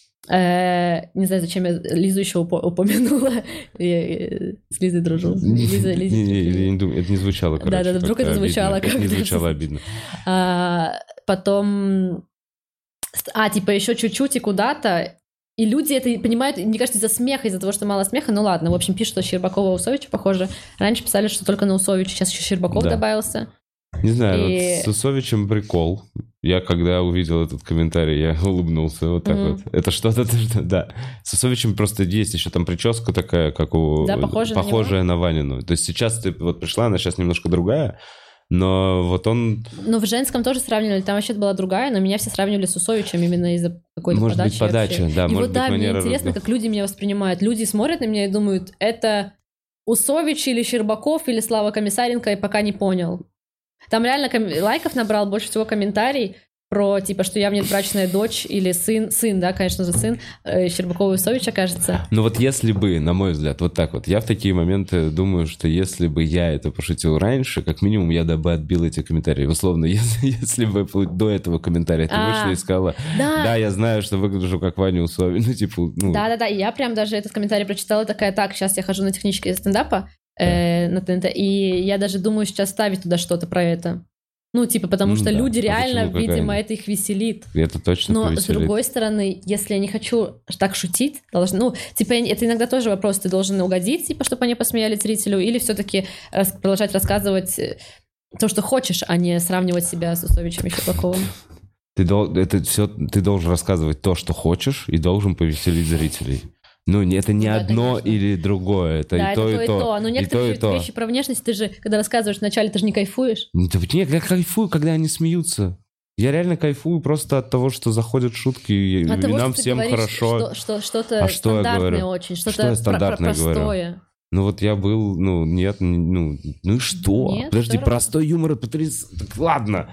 Э, не знаю, зачем я Лизу еще уп- упомянула. Я с Лизой дружу. Лиза, Лиза, не, не, я не думаю, это не звучало, короче. Да-да, вдруг это звучало обидно. как-то. Это не звучало обидно. А, потом... А, типа, еще чуть-чуть и куда-то... И люди это понимают, мне кажется, из-за смеха, из-за того, что мало смеха. Ну ладно, в общем, пишут, что Щербакова Усовича похоже. Раньше писали, что только на Усовича, сейчас еще Щербаков да. добавился. Не знаю, и... вот с Усовичем прикол. Я когда увидел этот комментарий, я улыбнулся вот так mm-hmm. вот. Это что-то, что да. С Усовичем просто есть еще там прическа такая, как у... Да, похожая, похожая на, на Ванину. То есть сейчас ты вот пришла, она сейчас немножко другая. Но вот он... Ну, в женском тоже сравнивали, там вообще была другая, но меня все сравнивали с Усовичем именно из-за какой-то может подачи. Быть, подача, вообще. да, и может вот, да, быть, мне интересно, как люди меня воспринимают. Люди смотрят на меня и думают, это Усович или Щербаков или Слава Комиссаренко, и пока не понял. Там реально ком... лайков набрал больше всего комментарий про, типа, что я внебрачная дочь или сын, сын, да, конечно же, сын э, Щербакова и Усовича, кажется. Ну вот если бы, на мой взгляд, вот так вот, я в такие моменты думаю, что если бы я это пошутил раньше, как минимум я бы отбил эти комментарии. Условно, если, если бы до этого комментария ты а, вышла и сказала, да. да, я знаю, что выгляжу как Ваня Усович, ну типа... Ну... Да-да-да, я прям даже этот комментарий прочитала, такая, так, сейчас я хожу на технические стендапа, э, на ТНТ, и я даже думаю сейчас ставить туда что-то про это. Ну, типа, потому что да. люди реально, а видимо, это их веселит. Это точно Но, повеселит. С другой стороны, если я не хочу так шутить, должен, ну, типа, это иногда тоже вопрос, ты должен угодить, типа, чтобы они посмеялись зрителю, или все-таки рас- продолжать рассказывать то, что хочешь, а не сравнивать себя с Усовичем и Щербаковым. Ты, дол- это все, ты должен рассказывать то, что хочешь, и должен повеселить зрителей. Ну, это не да, одно конечно. Или другое, это да, и, то, это и, то, и то. то. Но некоторые и то, вещи про внешность, ты же, когда рассказываешь вначале, ты же не кайфуешь. Нет, я кайфую, когда они смеются. Я реально кайфую просто от того, что заходят шутки, и, от и того, нам что всем говоришь, хорошо. Что, что, что-то а что стандартное очень, что-то что я стандартное про- про- простое. Говорю? Ну вот я был, ну нет, ну, ну и что? Нет, Подожди, что простой юмор, потрясающе. Так ладно.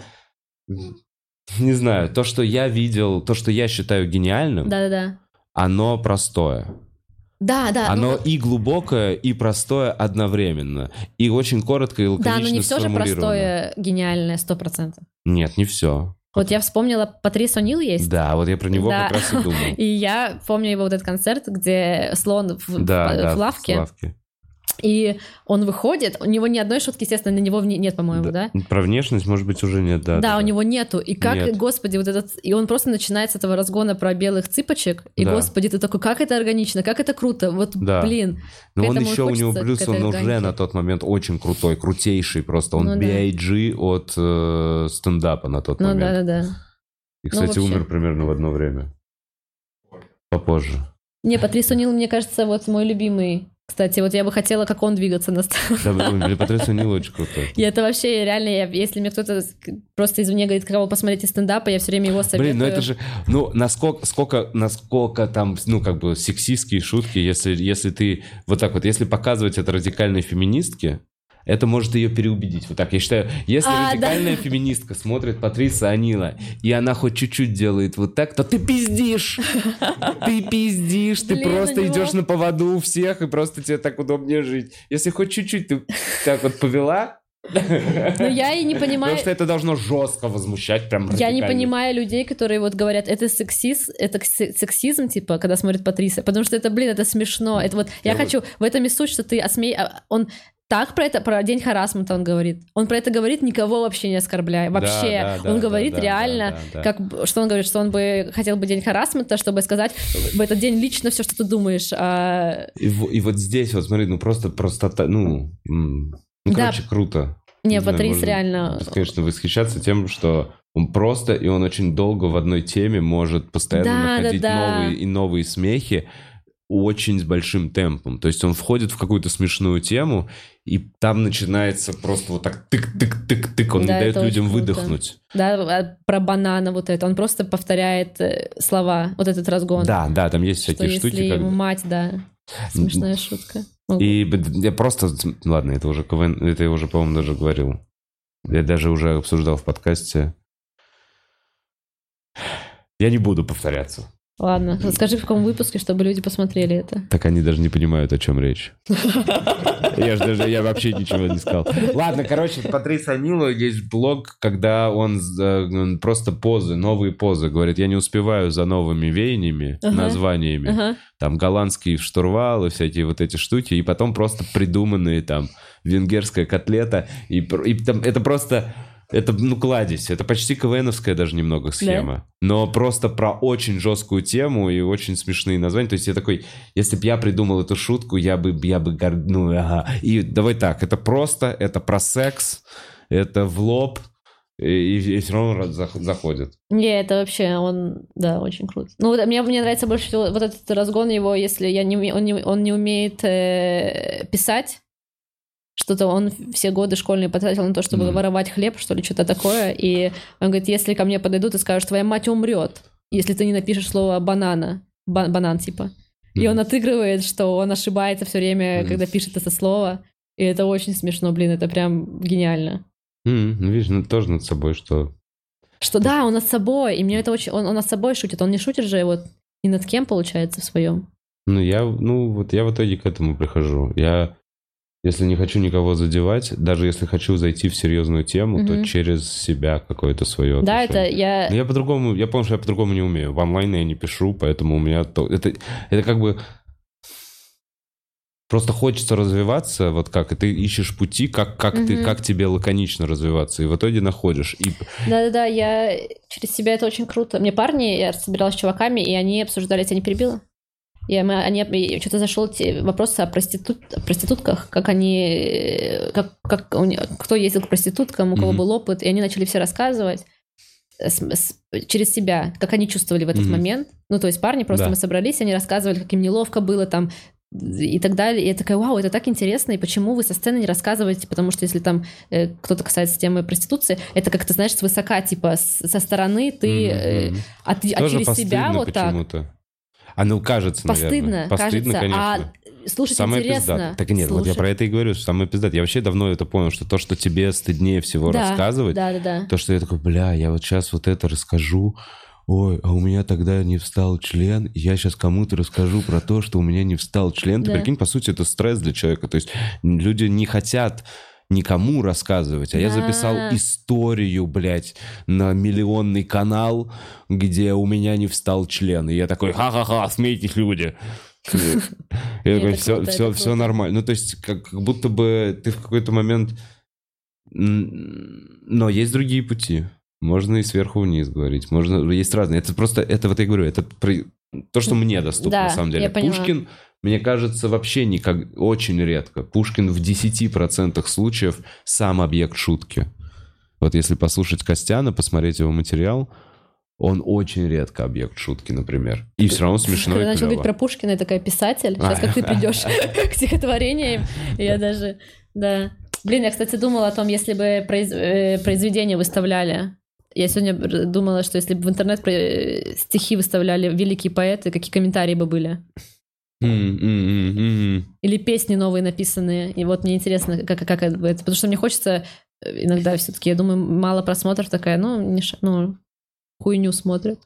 Не знаю, то, что я видел, то, что я считаю гениальным, да-да-да. Оно простое. Да, да. Оно ну... и глубокое, и простое одновременно. И очень коротко и лаконично. Да, но не все же простое, гениальное, сто процентов. Нет, не все. Вот я вспомнила, Патрис О'Нил есть. Да, вот я про него да. как раз и думал. И я помню его вот этот концерт, где слон в, да, в, да, в лавке. В лавке. И он выходит, у него ни одной шутки, естественно, на него нет, по-моему, да? да? Про внешность, может быть, уже нет, да. Да, да у да. него нету. И как, нет. господи, вот этот... И он просто начинает с этого разгона про белых цыпочек. И, да. господи, ты такой, как это органично, как это круто. Вот, да. блин. Но он еще, у него плюс, он уже на тот момент очень крутой, крутейший просто. Он ну, би ай джи да. от э, стендапа на тот ну, момент. Ну, да-да-да. И, кстати, ну, умер примерно в одно время. Попозже. Не, Патрис О'Нил, мне кажется, вот мой любимый. Кстати, вот я бы хотела, как он двигаться на сцене. Да, Патрис О'Нил очень крутой. И это вообще реально, я, если мне кто-то просто извне говорит, кого посмотреть из стендапа, я все время его советую. Блин, ну это же, ну, насколько, сколько, насколько там, ну, как бы, сексистские шутки, если, если ты, вот так вот, если показывать это радикальной феминистке, это может ее переубедить. Вот так, я считаю, если а, радикальная да. феминистка смотрит Патриса О'Нила, и она хоть чуть-чуть делает вот так, то ты пиздишь. Ты пиздишь, ты Блин, просто него... идешь на поводу у всех, и просто тебе так удобнее жить. Если хоть чуть-чуть ты так вот повела... Ну, я и не понимаю... Потому что это должно жестко возмущать, прям радикально. Я не понимаю людей, которые вот говорят, это сексизм, это сексизм, типа, когда смотрят Патриса, потому что это, блин, это смешно. Это вот, я, я хочу, вот... в этом и суть, что ты осмей... Он... Так про это, про день харассмента он говорит. Он про это говорит, никого вообще не оскорбляя. Вообще. Да, да, он да, говорит да, реально, да, да, да. как, что он говорит, что он бы хотел бы день харассмента, чтобы сказать в этот день лично все, что ты думаешь. А... И, и вот здесь, вот смотри, ну просто простота, ну, ну да. короче, круто. Не, не Патрис знаю, реально... Конечно, восхищаться тем, что он просто, и он очень долго в одной теме может постоянно да, находить да, да. новые и новые смехи, очень с большим темпом. То есть он входит в какую-то смешную тему, и там начинается просто вот так тык-тык-тык-тык. Он да, не дает людям выдохнуть. Да, про банана вот это. Он просто повторяет слова, вот этот разгон. Да, да, там есть всякие что штуки. Если как... ему мать, да, смешная шутка. И я просто... Ладно, это уже КВН, это я уже, по-моему, даже говорил. Я даже уже обсуждал в подкасте. Я не буду повторяться. Ладно, расскажи в каком выпуске, чтобы люди посмотрели это. Так они даже не понимают, о чем речь. Я же даже, я вообще ничего не сказал. Ладно, короче, Патрис О'Нил есть блог, когда он, он просто позы, новые позы. Говорит, я не успеваю за новыми веяниями, ага. названиями. Ага. Там голландские штурвалы, всякие вот эти штуки. И потом просто придуманные там венгерская котлета. И, и там это просто... Это, ну, кладезь. Это почти КВНовская даже немного схема. Да. Но просто про очень жесткую тему и очень смешные названия. То есть я такой, если бы я придумал эту шутку, я бы, я бы, ну, ага. И давай так, это просто, это про секс, это в лоб, и, и все равно заходит. Не, это вообще, он, да, очень круто. Ну, мне, мне нравится больше всего вот этот разгон его, если я не, он, не, он не умеет э, писать. Что-то он все годы школьные потратил на то, чтобы mm. воровать хлеб, что ли, что-то такое. И он говорит, если ко мне подойдут и скажут, твоя мать умрет, если ты не напишешь слово банана, ба- банан типа. Mm. И он отыгрывает, что он ошибается все время, mm. когда пишет это слово. И это очень смешно, блин, это прям гениально. Mm. Ну, видишь, ну, тоже над собой, что... Что да, он над собой, и мне это очень... Он, он над собой шутит, он не шутит же вот ни над кем, получается, в своем. Ну, я, ну, вот я в итоге к этому прихожу. Я... Если не хочу никого задевать, даже если хочу зайти в серьезную тему, mm-hmm. то через себя какое-то свое да, отношение. это я... Но я по-другому, я помню, что я по-другому не умею. В онлайне я не пишу, поэтому у меня... То... Это, это как бы... Просто хочется развиваться, вот как, и ты ищешь пути, как, как, mm-hmm. ты, как тебе лаконично развиваться, и в итоге находишь. И... Да-да-да, я через себя это очень круто. Мне парни, я собиралась с чуваками, и они обсуждали, я тебя не перебила? И мы, они, что-то зашел вопрос о проститут, проститутках, как они, как, как, кто ездил к проституткам, у кого mm-hmm. был опыт, и они начали все рассказывать. с, с, через себя, как они чувствовали в этот mm-hmm. момент. Ну, то есть парни просто да. мы собрались, они рассказывали, как им неловко было там и так далее. И я такая, вау, это так интересно, и почему вы со сцены не рассказываете? Потому что если там э, кто-то касается темы проституции, это как-то, знаешь, свысока, типа с, со стороны ты, э, mm-hmm. а, а через себя вот почему-то. так. А ну, кажется, постыдно, наверное. Постыдно, кажется. конечно. А слушать самое интересно. Пиздат. Так нет, слушать. Вот я про это и говорю, что самое пиздат. Я вообще давно это понял, что то, что тебе стыднее всего да, рассказывать, да, да, да. то, что я такой, бля, я вот сейчас вот это расскажу, ой, а у меня тогда не встал член, и я сейчас кому-то расскажу про то, что у меня не встал член. Ты да. прикинь, по сути, это стресс для человека. То есть люди не хотят никому рассказывать. А да. я записал историю, блядь, на миллионный канал, где у меня не встал член. И я такой, ха-ха-ха, смейтесь, люди. Я такой, все, все, все нормально. Ну, то есть, как, как будто бы ты в какой-то момент... Но есть другие пути. Можно и сверху вниз говорить. Можно... Есть разные. Это просто... Это вот я говорю, это то, что мне доступно, да, на самом деле. Пушкин, мне кажется, вообще никак... Очень редко. Пушкин в десяти процентах случаев сам объект шутки. Вот если послушать Костяна, посмотреть его материал... Он очень редко объект шутки, например. И все равно смешно и клево. Когда начал говорить про Пушкина, я такая писатель. Сейчас как ты придешь к стихотворениям, я даже... Да. Блин, я, кстати, думала о том, если бы произведения выставляли. Я сегодня думала, что если бы в интернет стихи выставляли великие поэты, какие комментарии бы были. Или песни новые написанные. И вот мне интересно, как, как это... Потому что мне хочется иногда все-таки, я думаю, мало просмотров такая, ну, не ш... ну хуйню смотрят.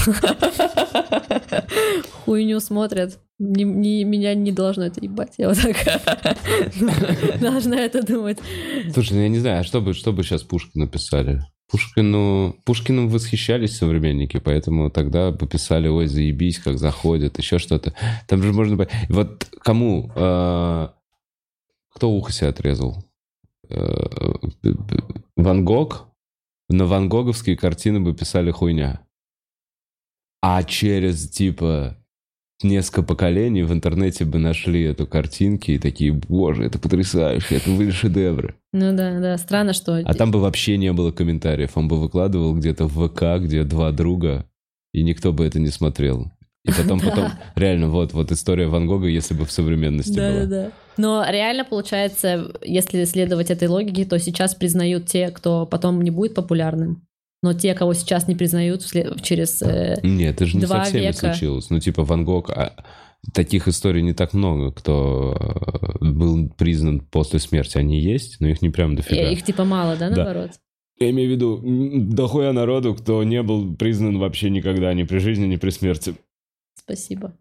Хуйню смотрят. Не, не, меня не должно это ебать. Я вот так должна это думать. Слушай, ну я не знаю, а что бы, что бы сейчас Пушкину писали? Пушкину, Пушкиным восхищались современники, поэтому тогда пописали, ой, заебись, как заходят, еще что-то. Там же можно... Вот кому... Э, кто ухо себе отрезал? Э, Ван Гог? На Ван Гоговские картины бы писали хуйня. А через, типа, несколько поколений в интернете бы нашли эту картинки и такие, боже, это потрясающе, это были шедевры. Ну да, да, странно, что... А там бы вообще не было комментариев. Он бы выкладывал где-то в ВК, где два друга, и никто бы это не смотрел. И потом, да. потом, реально, вот, вот история Ван Гога, если бы в современности да, была. Да, да. Но реально, получается, если следовать этой логике, то сейчас признают те, кто потом не будет популярным. Но те, кого сейчас не признают вслед... через э, Нет, это же не со всеми века. случилось. Ну, типа Ван Гог... А... Таких историй не так много, кто был признан после смерти. Они есть, но их не прям дофига. Их типа мало, да, наоборот? Да. Я имею в виду, дохуя народу, кто не был признан вообще никогда, ни при жизни, ни при смерти. Спасибо.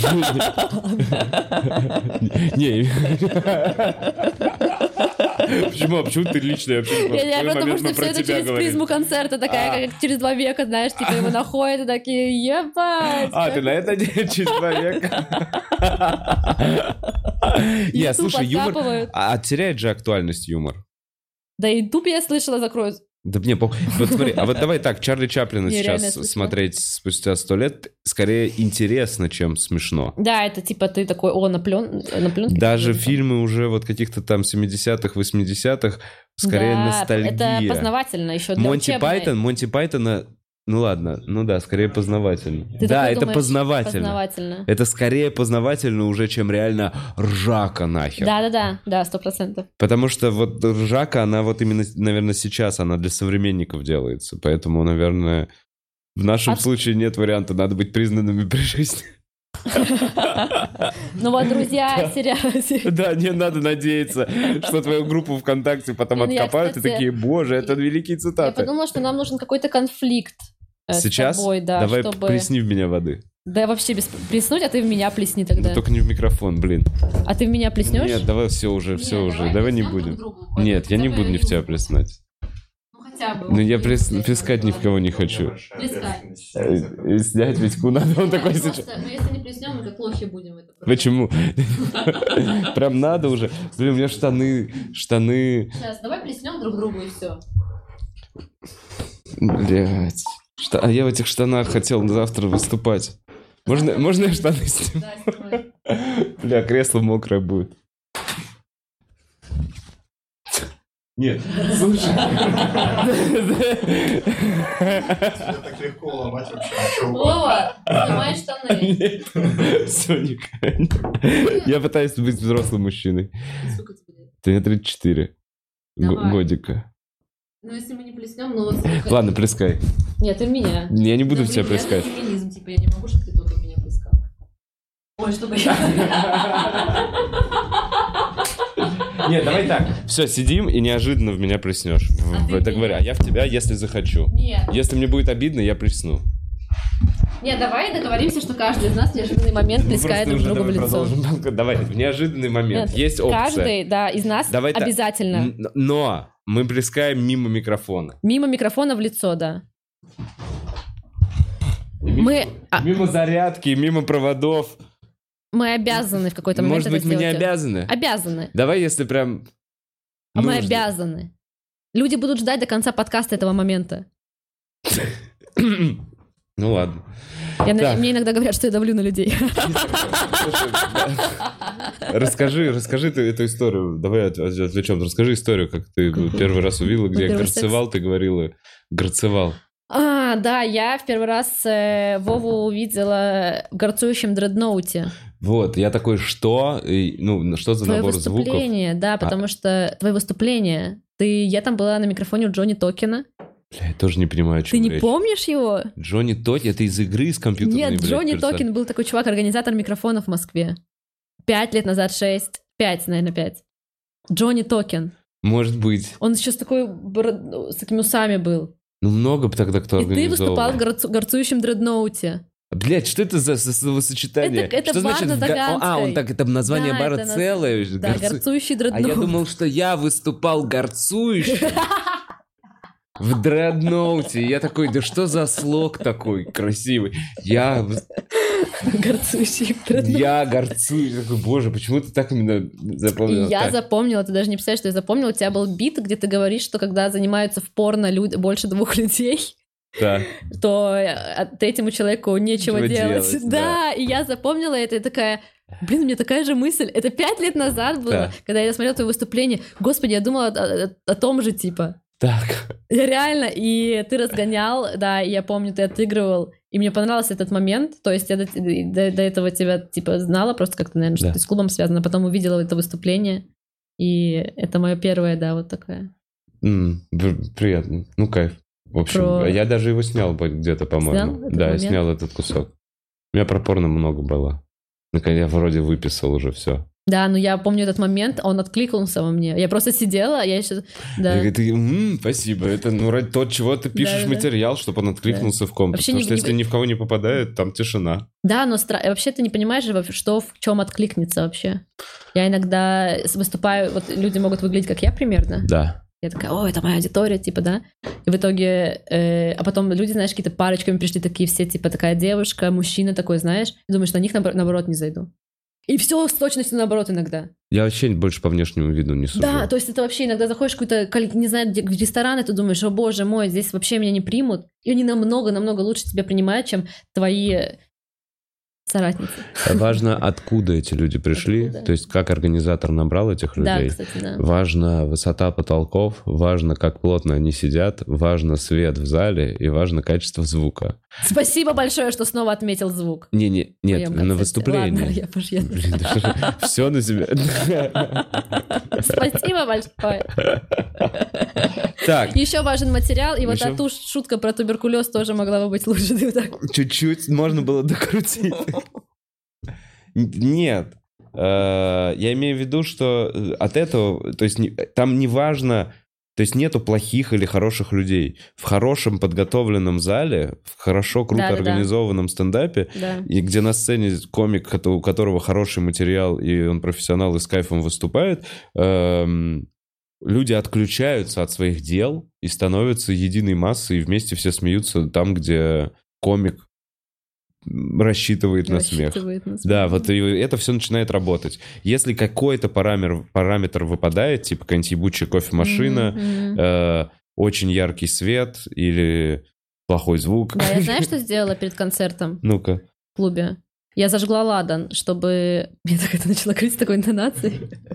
Не. Почему? А почему ты лично? Я потому что все это через призму концерта, такая, как через два века, знаешь, типа его находят и такие, ебать. А, ты на это через два века? Не, слушай, юмор... А теряет же актуальность юмор. Да и ютуб я слышала закроют. Да мне похуй. Вот смотри, а вот давай так, Чарли Чаплина сейчас смотреть спустя сто лет скорее интересно, чем смешно. Да, это типа ты такой, о, на плен... Даже фильмы уже вот каких-то там семидесятых, восьмидесятых, скорее да, ностальгия. Это познавательно еще для Монти учебной. Пайтон, Монти Пайтона... Ну ладно, ну да, скорее познавательно. Ты да, это думаешь, познавательно. познавательно. Это скорее познавательно уже, чем реально ржака нахер. Да-да-да, да, сто процентов. Потому что вот ржака, она вот именно, наверное, сейчас, она для современников делается. Поэтому, наверное, в нашем а... случае нет варианта, надо быть признанными при жизни. Ну вот, друзья, сериал... Да, не надо надеяться, что твою группу ВКонтакте потом откопают и такие, боже, это великие цитаты. Я подумала, что нам нужен какой-то конфликт. Сейчас? С тобой, да, давай чтобы... плесни в меня воды. Да вообще без плеснуть, а ты в меня плесни тогда. Да только не в микрофон, блин. А ты в меня плеснешь? Нет, давай все уже, Нет, все давай уже, давай не будем. Другу, Нет, я не буду ни в тебя плеснуть. Ну хотя бы. Ну я плес... плескать ни в кого не хочу. Плескать. Снять Витьку надо, он такой сейчас. Мы если не плеснем, мы как лохи будем. Почему? Прям надо уже. Блин, у меня штаны, штаны. Сейчас, давай плеснем друг другу и все. Блять. Что? А я в этих штанах хотел завтра выступать. Можно, можно я штаны сниму? Да, снимай. Бля, кресло мокрое будет. Нет, слушай. Это так легко ломать вообще. Вова, снимай штаны. Соник. Я пытаюсь быть взрослым мужчиной. Сколько тебе лет? Ты мне тридцать четыре Давай. годика. Ну, если мы не плеснем, ну вот... Ладно, плескай. Нет, ты меня. Я не буду в тебя блин, плескать. Это феминизм, типа, я не могу, чтобы ты только меня плескал. Ой, чтобы я... Нет, давай так. Все, сидим и неожиданно в меня плеснешь. А ты Это меня? говорю, а я в тебя, если захочу. Нет. Если мне будет обидно, я плесну. Нет, давай договоримся, что каждый из нас в неожиданный момент Ну, плескает друг просто другу в уже лицо. давай продолжим. Давай, в неожиданный момент. Нет, Есть опция. Каждый, да, из нас Давай так. обязательно. Н- Но мы плескаем мимо микрофона. Мимо микрофона в лицо, да. Мы, а, Мимо зарядки, мимо проводов. мы обязаны в какой-то момент Может быть, это мы не сделать. обязаны? Обязаны. Давай, если прям... А мы нужно. обязаны. Люди будут ждать до конца подкаста этого момента. Ну ладно. Я, на- Так. мне иногда говорят, что я давлю на людей. Слушай, да. Расскажи, расскажи ты эту историю. Давай от- от- отвлечем. Расскажи историю, как ты первый раз увидела, где Первый секс. горцевал, ты говорила. Горцевал. А, да, я в первый раз э, Вову увидела в горцующем дредноуте. Вот, я такой, что? И, ну, что за Твое набор звуков? выступление, да, потому что твое выступление. Ты, я там была на микрофоне у Джонни Токена. Бля, я тоже не понимаю, о чем Ты не речь. помнишь его? Джонни Токен, это из игры, из компьютерной, Нет, блядь, Джонни персонаж. Токен был такой чувак, организатор микрофонов в Москве. Пять лет назад, шесть, пять, наверное, пять. Джонни Токен. Может быть. Он еще с такой, бор- с такими усами был. Ну, много бы тогда кто И ты организовал. выступал в горцу- горцующем дредноуте. Блядь, что это за, за словосочетание? Это- это что бар значит на в га- Таганской. А, он так, это название Да, бара это наз- целое. Да, горцу- горцующий А дредноут. я думал, что я выступал горцующим в дредноуте. И я такой, да что за слог такой красивый? Я, в- Горцующий дредноут. я горцую. Я такой, боже, почему ты так именно запомнил? И я Так. запомнила, ты даже не представляешь, что я запомнила, у тебя был бит, где ты говоришь, что когда занимаются в порно люд- больше двух людей, Да. то э, ты этому человеку нечего Нечего делать. делать, да. да. И я запомнила это и такая, блин, у меня такая же мысль. Это пять лет назад было, Да. когда я смотрела твое выступление. Господи, я думала о, о- о том же, типа. Так. Я реально, и ты разгонял, да, и я помню, ты отыгрывал, и мне понравился этот момент, то есть я до, до- до этого тебя, типа, знала, просто как-то, наверное, что Да. ты с клубом связана, потом увидела это выступление, и это мое первое, да, вот такое. М, бр- приятно. Ну, кайф. В общем, Про- я даже его снял бы где-то, по-моему. Снял этот Да, я момент? снял этот кусок. У меня про порно много было. Наконец, я вроде выписал уже все. Да, но я помню этот момент, он откликнулся во мне, я просто сидела, я еще, да. И ты, «М, спасибо, это ну, ради того, чего ты пишешь Да-да-да. материал, чтобы он откликнулся в ком. Вообще Потому не- что не- если ни в кого не попадает, там тишина. Да, но стра- вообще ты не понимаешь, же, вообще, что в чем откликнется вообще. Я иногда с- выступаю, вот люди могут выглядеть как я примерно, Да. я такая, о, это моя аудитория, типа, да. И в итоге, э, а потом люди, знаешь, какие-то парочками пришли такие все, типа, такая девушка, мужчина такой, знаешь, и думаешь, на них, наобор- наоборот, не зайду. И все с точностью наоборот иногда. Я вообще больше по внешнему виду не сужу. Да, то есть это вообще иногда заходишь в какой-то, кол- не знаю, где- в ресторан, и ты думаешь, о боже мой, здесь вообще меня не примут. И они намного-намного лучше тебя принимают, чем твои соратницы. Важно, откуда эти люди пришли, Откуда? то есть как организатор набрал этих Да, людей. кстати, да. Важно высота потолков, важно, как плотно они сидят, важно свет в зале и важно качество звука. Спасибо большое, что снова отметил звук. Не, не, в нет, моем на концерте. выступлении. Ладно, я пошла. Блин, все на себя. Спасибо большое. Так, Еще важен материал, и вот Ещё? эта шутка про туберкулез тоже могла бы быть лучше. Ты вот так. чуть-чуть можно было докрутить. Нет. Э, Я имею в виду, что э, от этого, то есть не- там не важно, то есть нету плохих или хороших людей. В хорошем подготовленном зале, в хорошо, круто Да-да-да. организованном стендапе, Да. и где на сцене комик, кото- у которого хороший материал, и он профессионал, и с кайфом выступает, эм, люди отключаются от своих дел и становятся единой массой, и вместе все смеются там, где комик м, рассчитывает на смех. Рассчитывает на смех. Да, вот и это все начинает работать. Если какой-то параметр, параметр выпадает, типа какая-нибудь ебучая кофемашина, Мгм. э, очень яркий свет или плохой звук. Да, я знаю, что сделала перед концертом Ну-ка. в клубе. Я зажгла ладан, чтобы... Я так это начала говорить с такой интонацией.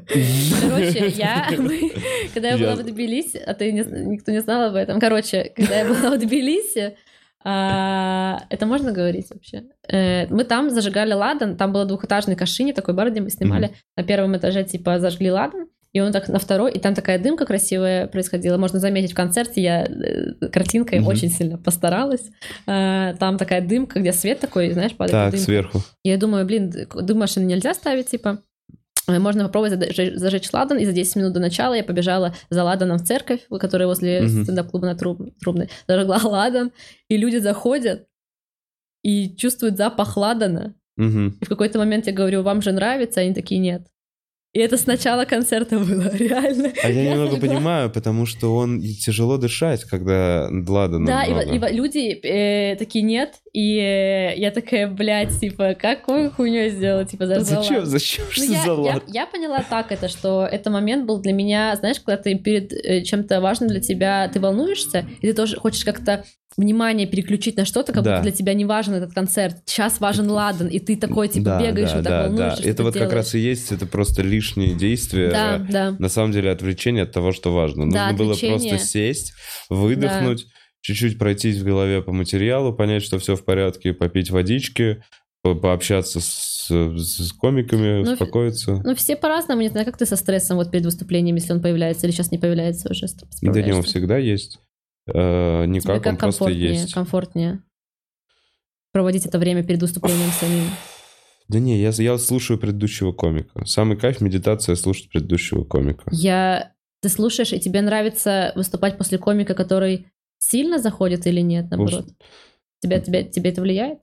Короче, я... Когда я была в Тбилиси, а ты никто не знал об этом. Короче, когда я была в Тбилиси, это можно говорить вообще? Мы там зажигали ладан, там было двухэтажный Кашини, такой бар, где мы снимали. На первом этаже, типа, зажгли ладан, и он так на второй, и там такая дымка красивая происходила. Можно заметить, в концерте я картинкой mm-hmm. очень сильно постаралась. Там такая дымка, где свет такой, знаешь, падает. Так, дымка. Сверху. Я думаю, блин, дым машины нельзя ставить, типа. Можно попробовать зажечь, зажечь ладан, и за десять минут до начала я побежала за ладаном в церковь, которая возле mm-hmm. стендап-клуба на Труб, Трубной. Зажгла ладан, и люди заходят и чувствуют запах ладана. Mm-hmm. И в какой-то момент я говорю, вам же нравится? А они такие, нет. И это с начала концерта было, реально. А я, я немного зажгла. Понимаю, потому что он тяжело дышать, когда ладана да, много. Да, и, и люди э, такие, нет, и э, я такая, блядь, типа, какую хуйню сделала, типа, зажгла. Зачем? Зачем? Что ну, я, за я, я поняла так это, что этот момент был для меня, знаешь, когда ты перед э, чем-то важным для тебя, ты волнуешься, и ты тоже хочешь как-то внимание переключить на что-то, как да. будто для тебя не важен этот концерт. Сейчас важен ладан, и ты такой, типа, да, бегаешь, да, вот так да, волнуешься. Да. Это вот делаешь. Как раз и есть, это просто лишние действия. Да, да. На самом деле отвлечение от того, что важно. Нужно да, было просто сесть, выдохнуть, да. чуть-чуть пройтись в голове по материалу, понять, что все в порядке, попить водички, по- пообщаться с, с комиками, ну, успокоиться. Ну, все по-разному. Не знаю, как ты со стрессом вот перед выступлением, если он появляется, или сейчас не появляется уже? Да не, он всегда есть. Uh, никак, Тебе как он просто есть. Комфортнее проводить это время перед выступлением самим? Да не, я, я слушаю предыдущего комика. Самый кайф — медитация, слушать предыдущего комика. Я... Ты слушаешь, и тебе нравится выступать после комика, который сильно заходит или нет, наоборот? Уж... Тебя, тебя, тебе это влияет?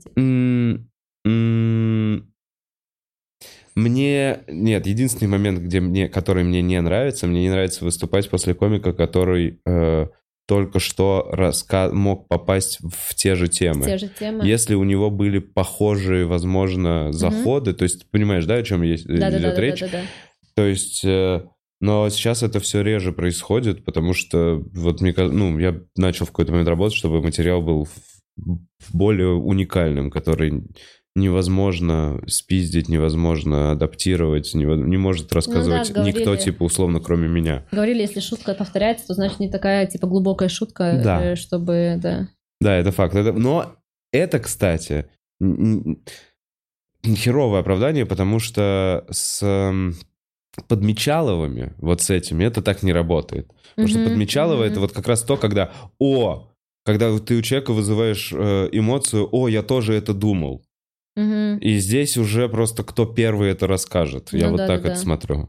Mm-hmm. Мне... Нет, единственный момент, где мне, который мне не нравится, мне не нравится выступать после комика, который... Э... только что раска... мог попасть в те же темы. В те же темы. Если у него были похожие, возможно, заходы, угу. то есть, понимаешь, да, о чем есть, да, идет да, да, речь? Да, да, да. То есть, э, но сейчас это все реже происходит, потому что вот мне, ну, я начал в какой-то момент работать, чтобы материал был более уникальным, который невозможно спиздить, невозможно адаптировать, не, не может рассказывать ну, да, никто, типа, условно, кроме меня. Говорили, если шутка повторяется, то значит не такая, типа, глубокая шутка, да. чтобы, да. Да, это факт. Это... Но это, кстати, херовое оправдание, потому что с Подмечаловыми, вот с этими, это так не работает. Потому mm-hmm. что Подмечалово mm-hmm. это вот как раз то, когда, о, когда ты у человека вызываешь э, эмоцию, о, я тоже это думал. Угу. И здесь уже просто кто первый это расскажет. Ну, Я да, вот так да, это да. смотрю.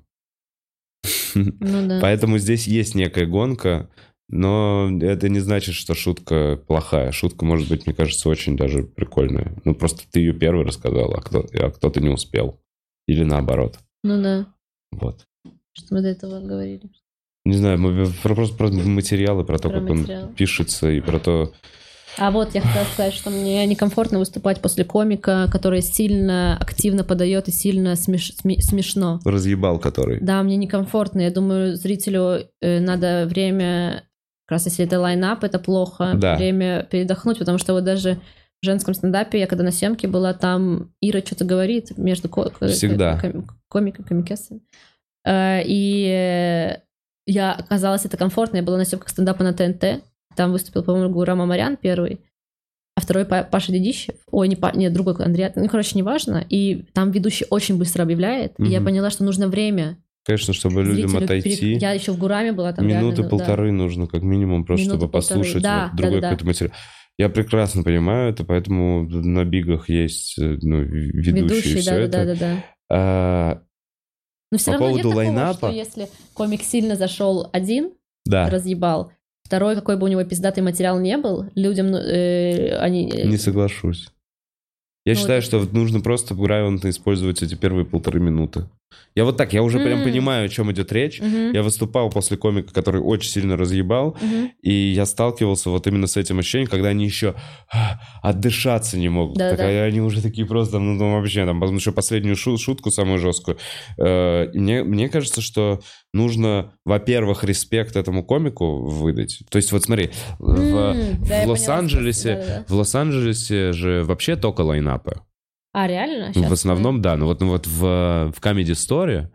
Ну, да. Поэтому здесь есть некая гонка, но это не значит, что шутка плохая. Шутка может быть, мне кажется, очень даже прикольная. Ну, просто ты ее первый рассказал, а, кто, а кто-то не успел. Или наоборот. Ну да. Вот. Что мы до этого говорили? Не знаю, мы просто про материалы, про то, про как материал. он пишется, и про то... А вот я хотела сказать, что мне некомфортно выступать после комика, который сильно активно подает и сильно смеш... смешно. Разъебал который. Да, мне некомфортно. Я думаю, зрителю э, надо время, как раз если это лайнап, это плохо, да. время передохнуть, потому что вот даже в женском стендапе, я когда на съемке была, там Ира что-то говорит между ко... Всегда. комиком, комикесами. Э, и я оказалась это комфортно. Я была на съемках стендапа на ТНТ. Там выступил, по-моему, Гурам Амарян первый, а второй Паша Дедищев. Ой, не, нет, другой Андрей. Ну, короче, неважно. И там ведущий очень быстро объявляет. Mm-hmm. И я поняла, что нужно время. Конечно, чтобы людям отойти. Перек... Я еще в Гураме была там. Минуты реально, полторы да. нужно, как минимум, просто Минуты чтобы полторы. послушать да, вот другой да, какой-то да. материал. Я прекрасно понимаю это, поэтому на бигах есть ну, ведущие Ведущий, и все да, это. Да, да, да. А... Но все По равно поводу нет лайнапа... такого, что если комик сильно зашел один, да. разъебал, второй, какой бы у него пиздатый материал не был, людям э, они... Не соглашусь. Я ну, считаю, это... что нужно просто грамотно использовать эти первые полторы минуты. Я вот так, я уже mm. прям понимаю, о чем идет речь. Mm-hmm. Я выступал после комика, который очень сильно разъебал, mm-hmm. и я сталкивался вот именно с этим ощущением, когда они еще а, отдышаться не могут. Да, так, да. Они уже такие просто, ну, ну вообще, там, еще последнюю шу- шутку, самую жесткую. Э, мне, мне кажется, что нужно, во-первых, респект этому комику выдать. То есть вот смотри, mm, в, да, в Лос-Анджелесе, да, да. в Лос-Анджелесе же вообще только лайнапы. А, реально? Сейчас в основном, да. Но вот, ну, вот в, в Comedy Store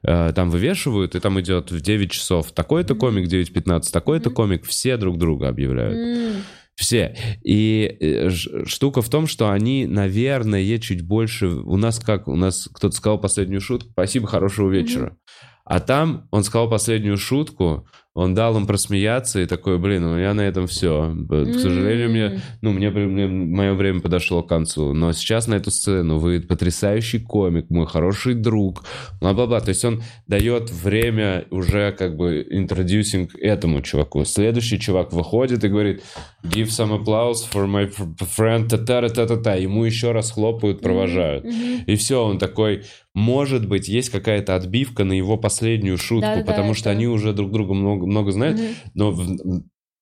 э, там вывешивают, и там идет в девять часов такой-то mm-hmm. комик, девять пятнадцать такой-то mm-hmm. комик, все друг друга объявляют. Mm-hmm. Все. И э, штука в том, что они, наверное, чуть больше... У нас как? У нас кто-то сказал последнюю шутку, спасибо, хорошего вечера. Mm-hmm. А там он сказал последнюю шутку, он дал им просмеяться и такой, блин, у меня на этом все. К сожалению, мне, ну, мне, мне мое время подошло к концу. Но сейчас на эту сцену вы потрясающий комик, мой хороший друг, бла-бла-бла. То есть он дает время уже как бы introducing этому чуваку. Следующий чувак выходит и говорит, give some applause for my friend, та-та-та-та-та. Ему еще раз хлопают, провожают. Mm-hmm. И все, он такой... Может быть, есть какая-то отбивка на его последнюю шутку, да, потому да, что это... они уже друг друга много, много знают, mm-hmm. но в...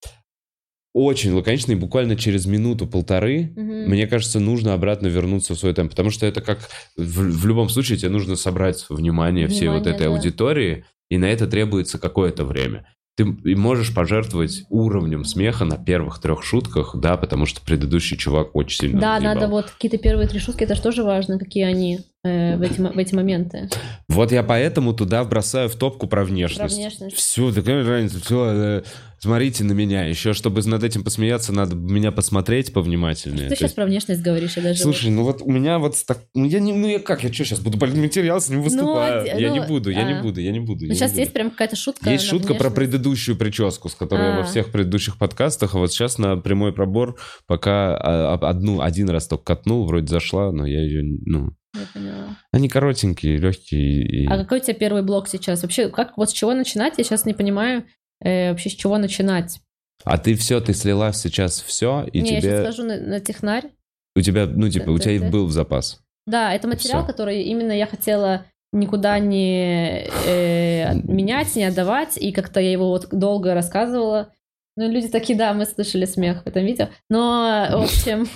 очень лаконично, и буквально через минуту-полторы, mm-hmm. мне кажется, нужно обратно вернуться в свой темп, потому что это как... В, в любом случае тебе нужно собрать внимание, внимание всей вот этой да. аудитории, и на это требуется какое-то время. Ты можешь пожертвовать уровнем смеха на первых трех шутках, да, потому что предыдущий чувак очень сильно Да, разъебал. надо вот какие-то первые три шутки, это же тоже важно, какие они э, в, эти, в эти моменты. Вот я поэтому туда бросаю в топку про внешность. Про внешность. Все, такая разница, все, э, смотрите на меня. Еще, чтобы над этим посмеяться, надо меня посмотреть повнимательнее. Ты сейчас есть... про внешность говоришь, я даже... Слушай, ну вот у меня вот так... Ну я не... Ну я как? Я что, сейчас буду материал с ним выступаю? Ну, я ну, не буду, я а... не буду, я не буду. Ну сейчас буду. есть прям какая-то шутка. Есть шутка внешность. Про предыдущую прическу, с которой а. я во всех предыдущих подкастах, а вот сейчас на прямой пробор пока одну, один раз только катнул, вроде зашла, но я ее, ну... Я поняла. Они коротенькие, легкие. И... А какой у тебя первый блог сейчас? Вообще, как, вот с чего начинать? Я сейчас не понимаю, э, вообще с чего начинать. А ты все, ты слила сейчас все, и не, тебе... я сейчас схожу на, на технарь. У тебя, ну, типа, да, у тебя и был в запас. Да, это материал, все. Который именно я хотела никуда не э, менять, не отдавать, и как-то я его вот долго рассказывала. Ну, люди такие, да, мы слышали смех в этом видео. Но, в общем...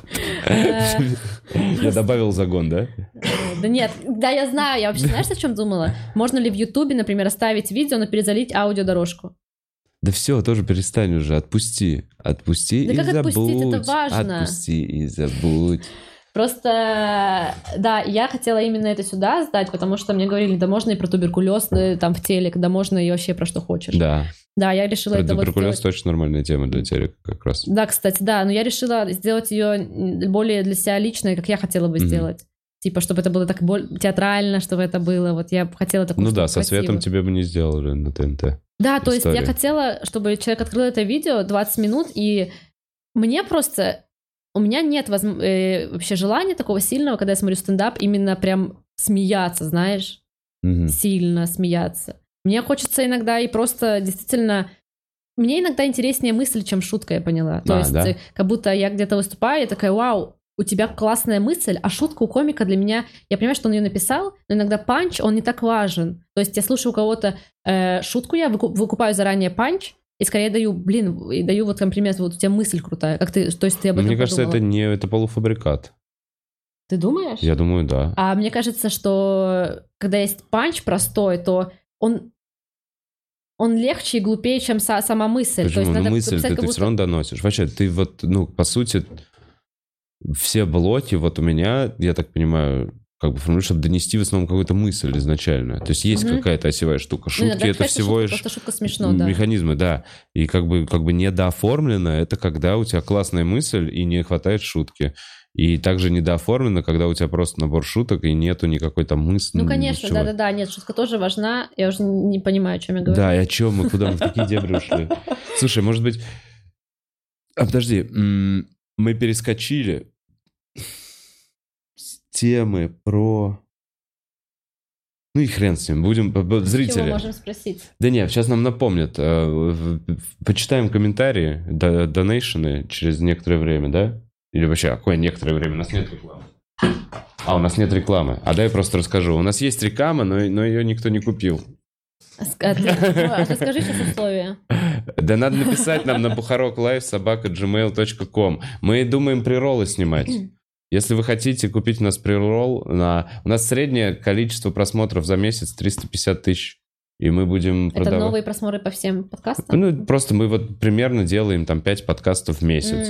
Я добавил загон, да? Да нет, да, я знаю. Я вообще, знаешь, о чем думала? Можно ли в Ютубе, например, оставить видео, но перезалить аудиодорожку? Да все, тоже перестань уже, отпусти. Отпусти и забудь. Да как отпустить, это важно. Отпусти и забудь. Просто, да, я хотела именно это сюда сдать, потому что мне говорили, да можно и про туберкулез там в телек, да можно и вообще про что хочешь. Да. Да, я решила про это вот туберкулез точно нормальная тема для телека как раз. Да, кстати, да, но я решила сделать ее более для себя личной, как я хотела бы mm-hmm. сделать. Типа, чтобы это было так более театрально, чтобы это было, вот я хотела такую Ну да, со красивую. Светом тебе бы не сделали на ТНТ. Да, то История. есть я хотела, чтобы человек открыл это видео двадцать минут, и мне просто... У меня нет воз... э, вообще желания такого сильного, когда я смотрю стендап, именно прям смеяться, знаешь, mm-hmm. сильно смеяться. Мне хочется иногда и просто действительно... Мне иногда интереснее мысль, чем шутка, я поняла. То а, есть да? Как будто я где-то выступаю, я такая, вау, у тебя классная мысль, а шутка у комика для меня... Я понимаю, что он ее написал, но иногда панч, он не так важен. То есть я слушаю у кого-то э, шутку, я выкупаю заранее панч, и скорее даю, блин, и даю вот комплимент, вот у тебя мысль крутая. Как ты, то есть ты об этом Мне кажется, подумала? это не это полуфабрикат. Ты думаешь? Я думаю, да. А мне кажется, что когда есть панч простой, то он, он легче и глупее, чем са, сама мысль. Почему? То есть ну, надо мысль ты, будто... ты все равно доносишь. Вообще, ты вот, ну, по сути, все блоки вот у меня, я так понимаю... как бы формулировать, чтобы донести в основном какую-то мысль изначально. То есть есть угу. какая-то осевая штука. Шутки ну, — это всего лишь смешно, да. механизмы, да. И как бы, как бы недооформлено — это когда у тебя классная мысль и не хватает шутки. И также недооформлено, когда у тебя просто набор шуток и нету никакой там мысли. Ну, конечно, да-да-да. Нет, шутка тоже важна. Я уже не понимаю, о чем я говорю. Да, и о чем мы, куда мы в такие дебри ушли. Слушай, может быть... А, подожди. Мы перескочили... темы про... Ну и хрен с ним, будем... Зрители. Чего можем спросить? Да нет, сейчас нам напомнят. Почитаем комментарии, донейшены через некоторое время, да? Или вообще, какое некоторое время? У нас нет рекламы. А, у нас нет рекламы. А дай я просто расскажу. У нас есть реклама, но, но ее никто не купил. А ты, а ты скажи сейчас условия. Да надо написать нам на бухароклайв собака джимейл точка ком. Мы думаем прероллы снимать. Если вы хотите купить у нас преролл, на... у нас среднее количество просмотров за месяц триста пятьдесят тысяч. И мы будем продавать... Это новые просмотры по всем подкастам? Ну, просто мы вот примерно делаем там пять подкастов в месяц. Mm.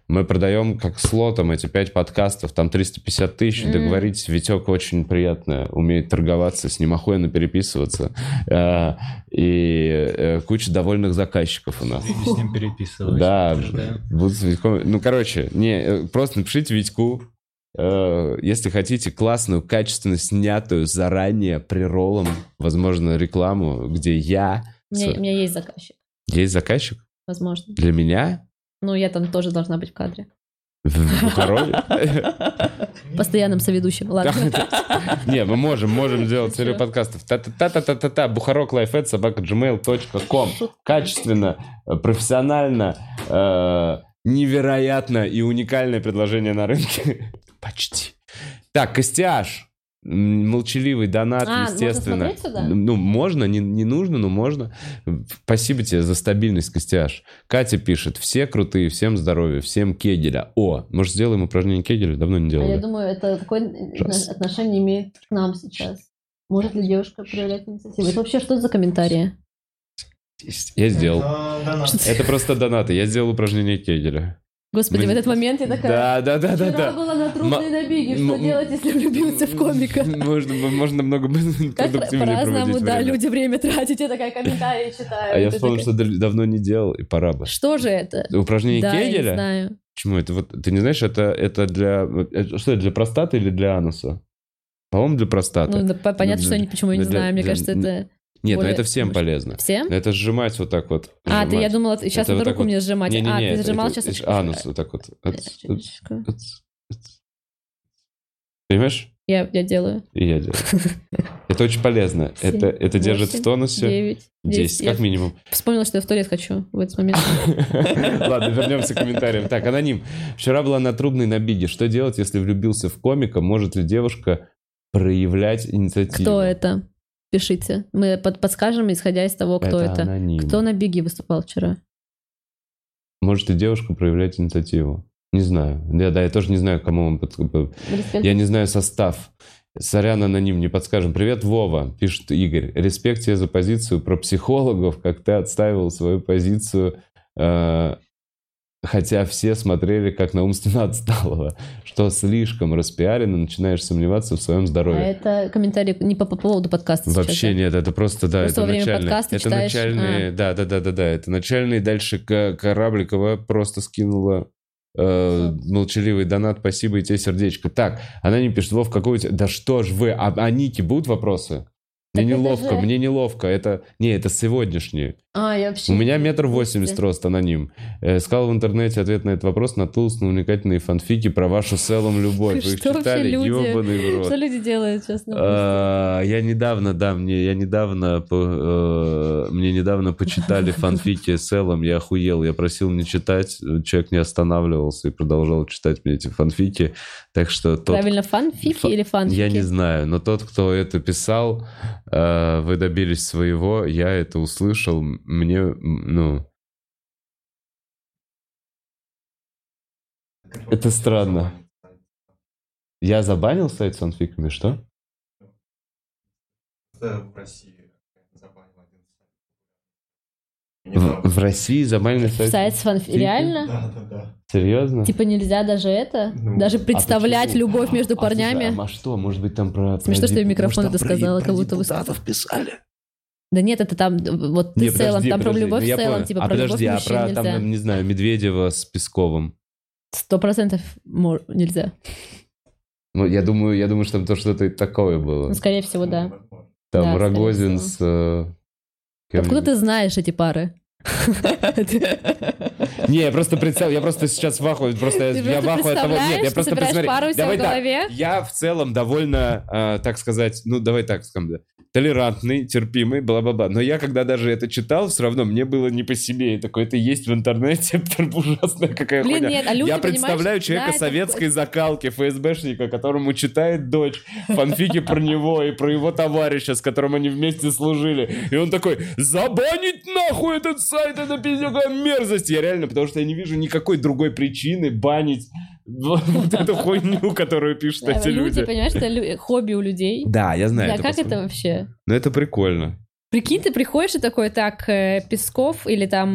Мы продаем как слотом эти пять подкастов, там триста пятьдесят тысяч, mm. договоритесь, Витек очень приятно, умеет торговаться, с ним охуенно переписываться, э, и э, куча довольных заказчиков у нас. С ним переписываюсь. Да, да. Ну, короче, не, просто напишите Витьку, э, если хотите классную, качественно снятую, заранее прероллом, возможно, рекламу, где я... У меня, с... у меня есть заказчик. Есть заказчик? Возможно. Для меня? Ну, я там тоже должна быть в кадре. В Бухарове? Постоянным соведущим, ладно. Не, мы можем, можем сделать серию подкастов. Та-та-та-та-та-та, бухарок лайф эт собака джимейл точка ком. Качественно, профессионально, невероятно и уникальное предложение на рынке. Почти. Так, Костяш. Молчаливый донат, а, естественно. Можно ну, можно, не, не нужно, но можно. Спасибо тебе за стабильность, Костяш. Катя пишет: все крутые, всем здоровья, всем Кегеля. О, может, сделаем упражнение Кегеля? Давно не делали. А я думаю, это какое Раз. отношение имеет к нам сейчас. Может ли девушка проявлять инициативу? Это вообще что за комментарии? Я сделал. Это, это просто донаты. Я сделал упражнение Кегеля. Господи, Мы... в этот момент я такая... Да, да, да, да, да. была на трудной набеге. Что делать, если влюбился в комика? Можно, можно много продуктивнее проводить время. По-разному, да, люди время тратят. Я такая комментарии читаю. А я вспомнил, что давно не делал, и пора бы. Что же это? Упражнение да, Кегеля? Да, я знаю. Почему это? Вот, ты не знаешь, это, это для... Что это, для простаты или для ануса? По-моему, для простаты. Ну, понятно, что я почему я не знаю. Мне кажется, это... Нет, более... но это всем полезно. Всем? Это сжимать вот так вот. А, ты, я думала, сейчас это вот руку вот... мне сжимать. Не, не, а, не, ты это, сжимал это, сейчас... Это, анус вот так вот. Понимаешь? Я, я делаю. И я делаю. Это очень полезно. семь, это это держит в тонусе. девять, десять, как минимум. Вспомнила, что я в туалет хочу в этот момент. Ладно, вернемся к комментариям. Так, аноним. Вчера была на трубной на биге. Что делать, если влюбился в комика? Может ли девушка проявлять инициативу? Кто это? Пишите. Мы под, подскажем, исходя из того, кто это. это. Кто на биге выступал вчера? Может ли девушка проявлять инициативу? Не знаю. Я, да, я тоже не знаю, кому он... Под... Я не знаю состав. Сорян, аноним, не подскажем. Привет, Вова, пишет Игорь. Респект тебе за позицию про психологов, как ты отстаивал свою позицию, э, хотя все смотрели как на умственно отсталого, что слишком распиарено, начинаешь сомневаться в своем здоровье. А это комментарий не по, по поводу подкаста Вообще сейчас, нет, это просто, да, просто это начальный. Это читаешь... начальные, а. да, да, да, да, да, это начальный. Дальше Корабликова просто скинула э, молчаливый донат, спасибо, и тебе сердечко. Так, она не пишет: Вов, какой у тебя... Да что ж вы, а, а Ники будут вопросы? Мне так неловко, же... мне неловко. Это... Не, это сегодняшние. А, я вообще... У меня метр восемьдесят рост, аноним. Э, искал в интернете ответ на этот вопрос, наткнулся на увлекательные фанфики про вашу селом любовь. Вы их читали? Ёбаный в рот. Что люди делают, честно? А, я недавно, да, мне я недавно э, мне недавно почитали фанфики селом, я охуел. Я просил не читать, человек не останавливался и продолжал читать мне эти фанфики. Так что... Тот, правильно, фанфики фа... или фанфики? Я не знаю, но тот, кто это писал, э, вы добились своего, я это услышал. Мне, ну... Это странно. Я забанил сайт с фанфиками, что? В России забанил один сайт. В, в России забанили сайт? Сайт с фанфиками? Реально? Да, да, да. Серьезно? Типа нельзя даже это? Ну, даже представлять а любовь между а, парнями? Слушай, а что? Может быть там про... Смешно, про, что я в микрофон это сказала, как будто вы... писали. Да нет, это там, вот ты не, в целом, там подожди, про любовь в целом, типа а про подожди, любовь мужчин а про, нельзя. Там, не знаю, Медведева с Песковым. Сто процентов нельзя. Ну, я думаю, я думаю, что там то что-то такое было. Ну, скорее всего, да. Там да, Рогозин с... Э, откуда ты знаешь эти пары? Не, я просто представил, я просто сейчас в ахуе, просто я в ахуе от того, нет, я просто представляю, давай так, я в целом довольно, так сказать, ну давай так скажем, толерантный, терпимый, бла-бла-бла. Но я, когда даже это читал, все равно мне было не по себе. И такое, это есть в интернете, ужасная какая Блин, хуйня. Нет, а люди, я представляю человека да, советской это... закалки, ФСБшника, которому читает дочь фанфики про него и про его товарища, с которым они вместе служили. И он такой: забанить нахуй этот сайт, это пиздец, какая мерзость. Я реально, потому что я не вижу никакой другой причины банить вот эту хуйню, которую пишут эти люди. Люди, понимаешь, это хобби у людей. Да, я знаю. А как это вообще? Ну, это прикольно. Прикинь, ты приходишь и такой: так, Песков или там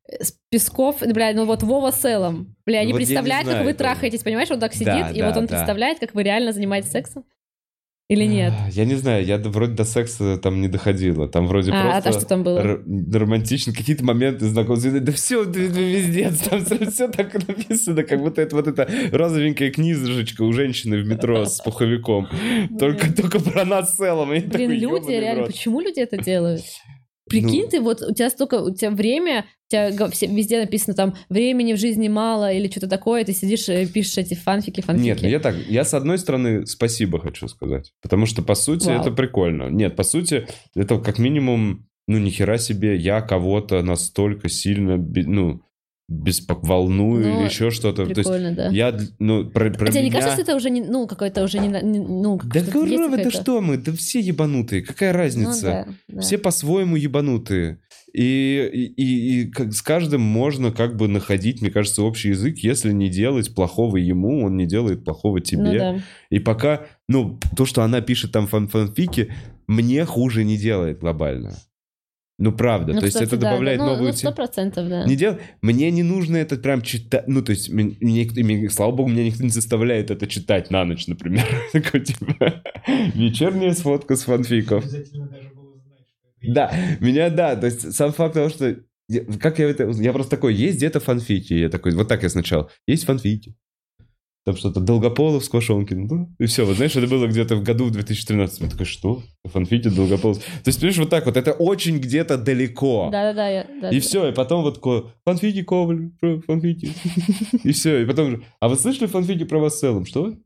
Песков, бля, ну вот Вова с Эллом. Бля, они Вот я представляют, не как знаю, вы это- трахаетесь, понимаешь? Он так сидит, Да, и да, вот он да. представляет, как вы реально занимаетесь сексом. Или нет? А, Я не знаю, я до- вроде до секса там не доходила. Там вроде А, просто а что там было? р- романтично, какие-то моменты знакомства. Да все, везде, там все так написано, как будто это вот эта розовенькая книжечка у женщины в метро с пуховиком. Только, только про нас в целом. И я Блин, такой, люди, «Ёбаный в реально, рот». почему люди это делают? Прикинь, Ну. ты вот, у тебя столько, у тебя время, у тебя го- все- везде написано там, времени в жизни мало или что-то такое, ты сидишь и пишешь эти фанфики, фанфики. Нет, ну я так, я с одной стороны спасибо хочу сказать, потому что по сути Вау. это прикольно. Нет, по сути это как минимум, ну нихера себе, я кого-то настолько сильно, бе- ну, беспок волную Ну, или еще что-то. То есть Прикольно, да. я, ну, про, про А тебе не меня... кажется, что это уже не, ну, какой-то уже не, не- ну, как Да что-то есть корова, да какая-то- что мы, да все ебанутые, какая Ну, разница? да, да. Все по-своему ебанутые. И, и, и- и как с каждым можно как бы находить, мне кажется, общий язык, если не делать плохого ему, он не делает плохого тебе. Ну, да. И пока, ну, то, что она пишет там фан фанфики, мне хуже не делает глобально. Ну, правда. Ну, то есть кстати, это да, добавляет да. Ну, новую ну, сто тему. процентов, да. Не дел... Мне не нужно это прям читать. Ну, то есть, мне, мне- мне- слава богу, меня никто не заставляет это читать на ночь, например. Такой, типа, вечерняя сфотка с фанфиков. Обязательно даже было знать, что это Да, меня, да, то есть сам факт того, что... я- Как я это... Я просто такой, есть где-то фанфики. Я такой, вот так я сначала. Есть фанфики. Там что-то Долгополов, Сквашонкин. Да? И все, вот знаешь, это было где-то в году в две тысячи тринадцатом. Я такой, что? Фанфики, Долгополов. То есть, понимаешь, вот так вот. Это очень где-то далеко. Да-да-да. я- да, И да. все, и потом вот ко- фанфики Коваль, про фанфики. И все, и потом же, а вы слышали фанфики про вас в целом? Что?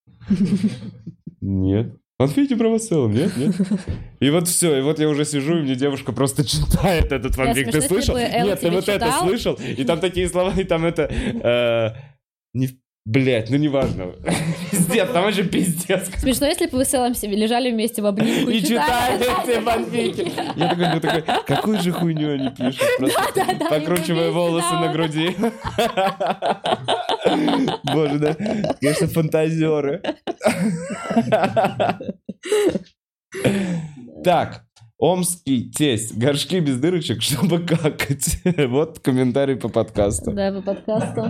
Нет. Фанфики про вас в целом? Нет, нет. И вот все, и вот я уже сижу, и мне девушка просто читает этот фанфик. Ты смешно, если слышал? бы Элла Нет, ты тебе вот это читал. слышал? И там такие слова, и там это... э, не- Блять, ну неважно. Пиздец, там вообще пиздец. Смешно, если бы вы с Эллом себе лежали вместе в обнимку и, И читали читали эти фанфики. Я такой, ну, такой, какую же хуйню они пишут, просто Да-да-да, покручивая и волосы да, на вот. груди. Боже, да, конечно, фантазеры. Так, омский тесть, горшки без дырочек, чтобы какать. Вот комментарий по подкасту. Да, по подкасту.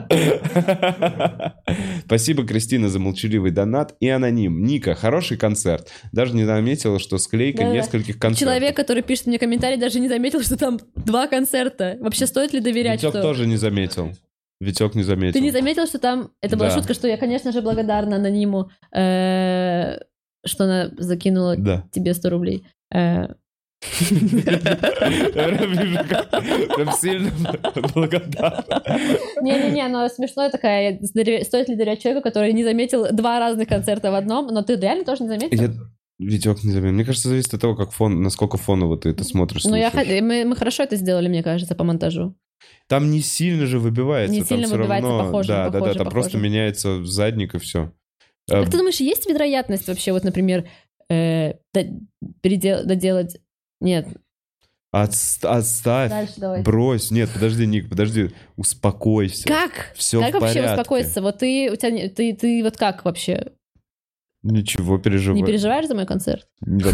Спасибо, Кристина, за молчаливый донат. И аноним. Ника, хороший концерт. Даже не заметила, что склейка Да-да. нескольких концертов. Человек, который пишет мне комментарий, даже не заметил, что там два концерта. Вообще, стоит ли доверять, Витек что... тоже не заметил. Витек не заметил. Ты не заметил, что там... Это была Да. шутка, что я, конечно же, благодарна анониму, э, что она закинула Да. тебе сто рублей. Э, Я прям вижу, как прям сильно благодарна. Не-не-не, но смешно такая, доверя- стоит ли доверять человеку, который не заметил два разных концерта в одном, но ты реально тоже не заметил? Я... Витек не заметил. Мне кажется, зависит от того, как фон, насколько фоново ты это смотришь. Ну, я, слушаешь. х- мы, мы хорошо это сделали, мне кажется, по монтажу. Там не сильно же выбивается. Не там сильно всё выбивается, равно... похоже, Да, да, да, похоже, там просто похоже. меняется задник и все. Как ты думаешь, есть вероятность вообще, вот, например, э, до- передел- доделать... Нет, Отставь. дальше давай. Брось. Нет, подожди, Ник, подожди. Успокойся. Как? Все Как в вообще порядке. успокоиться? Вот ты, у тебя, не- ты, ты вот как вообще? Ничего, переживай. Не переживаешь за мой концерт? Нет.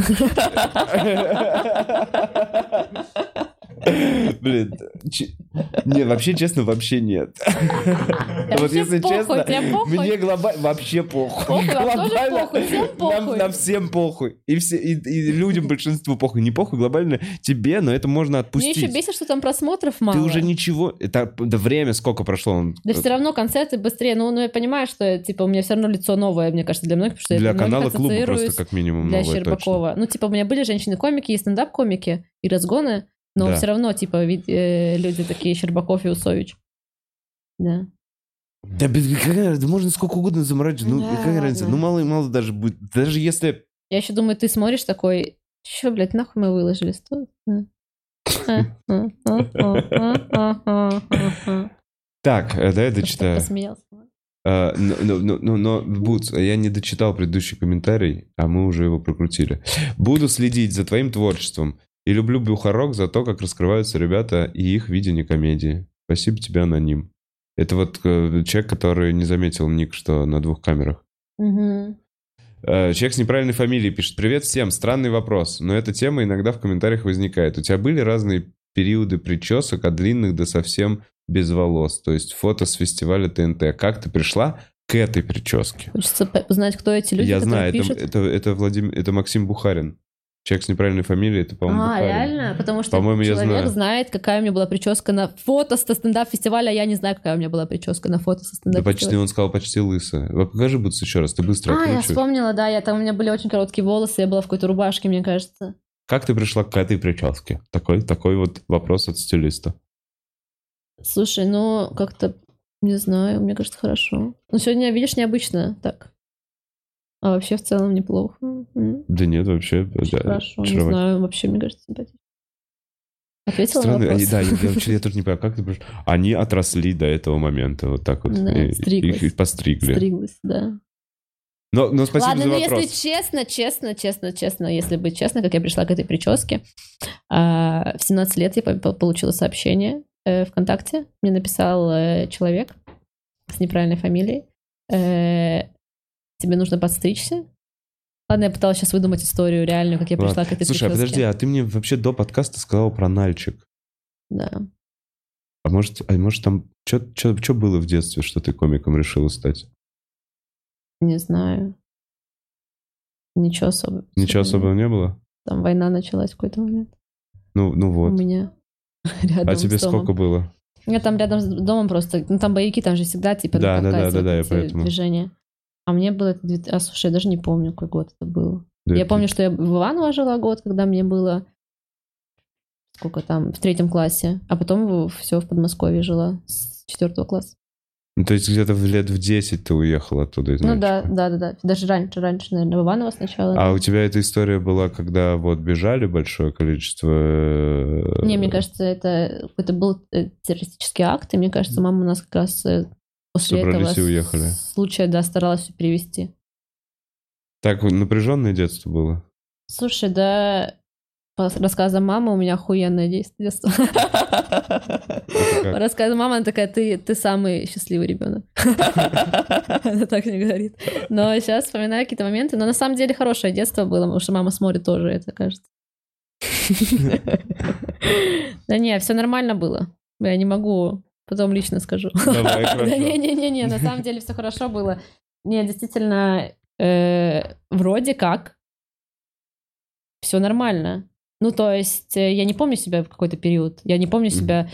Блин, ч- не, вообще, честно, вообще нет. Вот вообще если похуй, честно, тебе похуй? мне глобально вообще похуй. Похуй, вам тоже Глобально похуй, всем нам- похуй. Нам всем похуй. И, все, и, и людям большинству похуй. Не похуй, глобально тебе, но это можно Мне отпустить. еще бесит, что там просмотров мало. Ты уже ничего... Это, да время сколько прошло? Он- Да все равно концерты быстрее. Ну, ну я понимаю, что типа у меня все равно лицо новое, мне кажется, для многих, потому что Для я для многих канала клуба ассоциируюсь просто как минимум для новое, Щербакова. Ну, типа, у меня были женщины-комики и стендап-комики, и разгоны, но Да. все равно, типа, вид- э, люди такие Щербаков и Усович. Да. Да, блин, какая разница? Можно сколько угодно заморачивать. Ну, Да, какая разница? ладно. Ну, мало и мало даже будет. Даже если... Я еще думаю, ты смотришь такой, че, блядь, нахуй мы выложили? Стоит? А, а, а, а, а, а, а, а. Так, э, да, я Просто дочитаю. посмеялся. А, но, но, но, но, но, Бутс, я не дочитал предыдущий комментарий, а мы уже его прокрутили. Буду следить за твоим творчеством и люблю Бухарок за то, как раскрываются ребята и их видение комедии. Спасибо тебе, аноним. Это вот э, человек, который не заметил ник, что на двух камерах. Мгм. Э, Человек с неправильной фамилией пишет: «Привет всем, странный вопрос, но эта тема иногда в комментариях возникает. У тебя были разные периоды причесок от длинных до совсем без волос. То есть фото с фестиваля ТНТ. Как ты пришла к этой прическе? Хочется узнать, кто эти люди, Я которые знаю, пишут. это, это, это, Владимир, это Максим Бухарин. Человек с неправильной фамилией, это, по-моему, А, Бухарин. реально? Потому что По-моему, я человек знаю. знает, какая у меня была прическа на фото со стендап-фестиваля, а я не знаю, какая у меня была прическа на фото со Да стендап-фестиваля. почти, он сказал, почти лысая. Покажи, Бутс, еще раз, ты быстро А, я откручивай. вспомнила, да, я там у меня были очень короткие волосы, я была в какой-то рубашке, мне кажется. Как ты пришла к этой прическе? Такой, такой вот вопрос от стилиста. Слушай, ну, как-то, не знаю, мне кажется, хорошо. Ну, сегодня, видишь, необычно так. А вообще в целом неплохо. М. Да нет, вообще. Вообще да, хорошо, не очаровательно. знаю, вообще, мне кажется, симпатично. Ответила Странно, на вопрос? они, да, я, я, вообще- я тоже не понимаю, как ты пришла. Они отросли до этого момента, вот так вот. Да, и, стриглась. их постригли. Стриглась, да. Но, но спасибо Ладно, за ну вопрос. если честно, честно, честно, честно, если быть честно, как я пришла к этой прическе, а, в семнадцать лет я по- по- получила сообщение э, ВКонтакте. Мне написал э, человек с неправильной фамилией. Э, тебе нужно подстричься. Ладно, я пыталась сейчас выдумать историю реальную, как я пришла Ладно. к этой Слушай, а прическе. подожди, а ты мне вообще до подкаста сказала про Нальчик. Да. А может, а может там... Что было в детстве, что ты комиком решила стать? Не знаю. Ничего особенного. Ничего особого не было? Там война началась в какой-то момент. Ну, ну У вот. меня рядом А тебе с домом. сколько было? У меня там рядом с домом просто... Ну, там боевики, там же всегда, типа, Да, на да, Кавказе да, вот да, я эти поэтому. движения. А мне было... это две- А, слушай, я даже не помню, какой год это был. Да, Я ты- помню, что я в Иваново жила год, когда мне было... Сколько там? В третьем классе. А потом все в Подмосковье жила с четвертого класса. Ну, то есть где-то в лет в десять ты уехала оттуда из Ну да, Нальчика. да, да, да. Даже раньше, раньше, наверное, в Иваново сначала. А да. у тебя эта история была, когда вот бежали большое количество... э, Не, мне кажется, это какой-то был э, террористический акт, и мне кажется, мама у нас как раз э, после Собрались этого и уехали. с- случая, да, старалась все перевести. Так напряженное детство было? Слушай, да, по рассказам мамы у меня охуенное дейс- детство. По рассказам мамы она такая, ты, ты самый счастливый ребенок. Она так мне говорит. Но сейчас вспоминаю какие-то моменты. Но на самом деле хорошее детство было, потому что мама смотрит тоже это, кажется. Да не, все нормально было. Я не могу, потом лично скажу. Давай, Да хорошо. не-не-не, на самом деле все хорошо было. Не, действительно, э, вроде как все нормально. Ну, то есть, э, я не помню себя в какой-то период. Я не помню Мгм. себя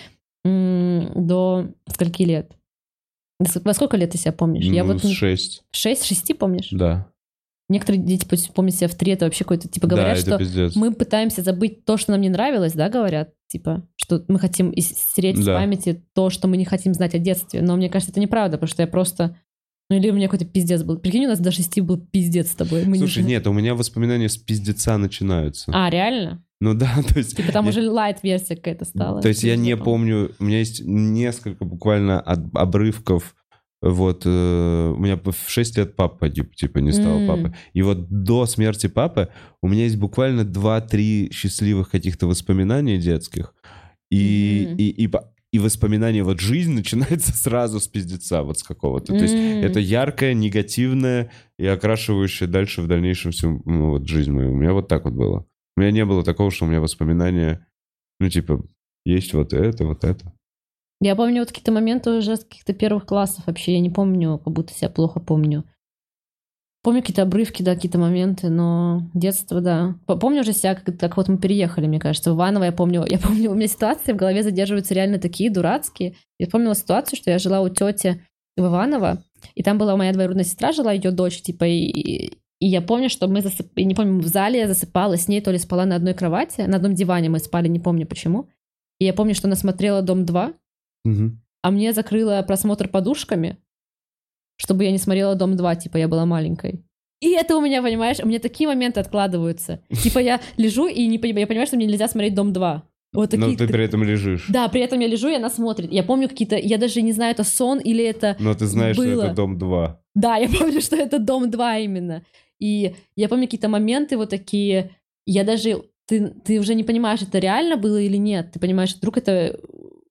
м, до скольки лет. С- Во сколько лет ты себя помнишь? Я Ну, вот с не- шесть, шесть, шести помнишь? да. Некоторые дети пусть помнят себя в три, это вообще какой-то, типа, Да, говорят, это что пиздец. мы пытаемся забыть то, что нам не нравилось, да, говорят, типа, что мы хотим ис- стереть с Да. памяти то, что мы не хотим знать о детстве. Но мне кажется, это неправда, потому что я просто... Ну, или у меня какой-то пиздец был. Прикинь, у нас до шести был пиздец с тобой. Мы не Слушай, знаем. нет, у меня воспоминания с пиздеца начинаются. А, реально? Ну да, то есть... Типа там я- уже лайт-версия какая-то стала. То есть я не Пиздец. помню, у меня есть несколько буквально от- обрывков, вот, э, у меня в шесть лет папа погиб, типа, не стал М. папы. И вот до смерти папы у меня есть буквально два-три счастливых каких-то воспоминания детских, и, Мгм. и, и, по- и воспоминания, вот жизнь начинается сразу с пиздеца, вот с какого-то. То есть М. это яркое, негативное и окрашивающее дальше в дальнейшем всю ну, вот, жизнь мою. У меня вот так вот было. У меня не было такого, что у меня воспоминания, ну, типа, есть вот это, вот это. Я помню вот какие-то моменты уже с каких-то первых классов вообще. Я не помню, как будто себя плохо помню. Помню какие-то обрывки, да, какие-то моменты, но детство, да. П- Помню уже себя, как, как вот мы переехали, мне кажется, в Иваново. Я помню, я помню, у меня ситуации в голове задерживаются реально такие дурацкие. Я помнила ситуацию, что я жила у тети в Иваново, и там была моя двоюродная сестра, жила ее дочь, типа, и, и я помню, что мы засып... я не помню, в зале я засыпала с ней, то ли спала на одной кровати, на одном диване мы спали, не помню почему. И я помню, что она смотрела «Дом два», Мгм. а мне закрыла просмотр подушками, чтобы я не смотрела «Дом два», типа я была маленькой. И это у меня, понимаешь, у меня такие моменты откладываются. Типа я лежу и не понимаю, я понимаю, что мне нельзя смотреть «Дом два». Вот Но такие... ты при этом лежишь. Да, при этом я лежу, и она смотрит. Я помню какие-то... Я даже не знаю, это сон или это... Но ты знаешь, что было. это дом два. Да, я помню, что это «Дом два» именно. И я помню какие-то моменты вот такие... Я даже... Ты, ты уже не понимаешь, это реально было или нет. Ты понимаешь, вдруг это...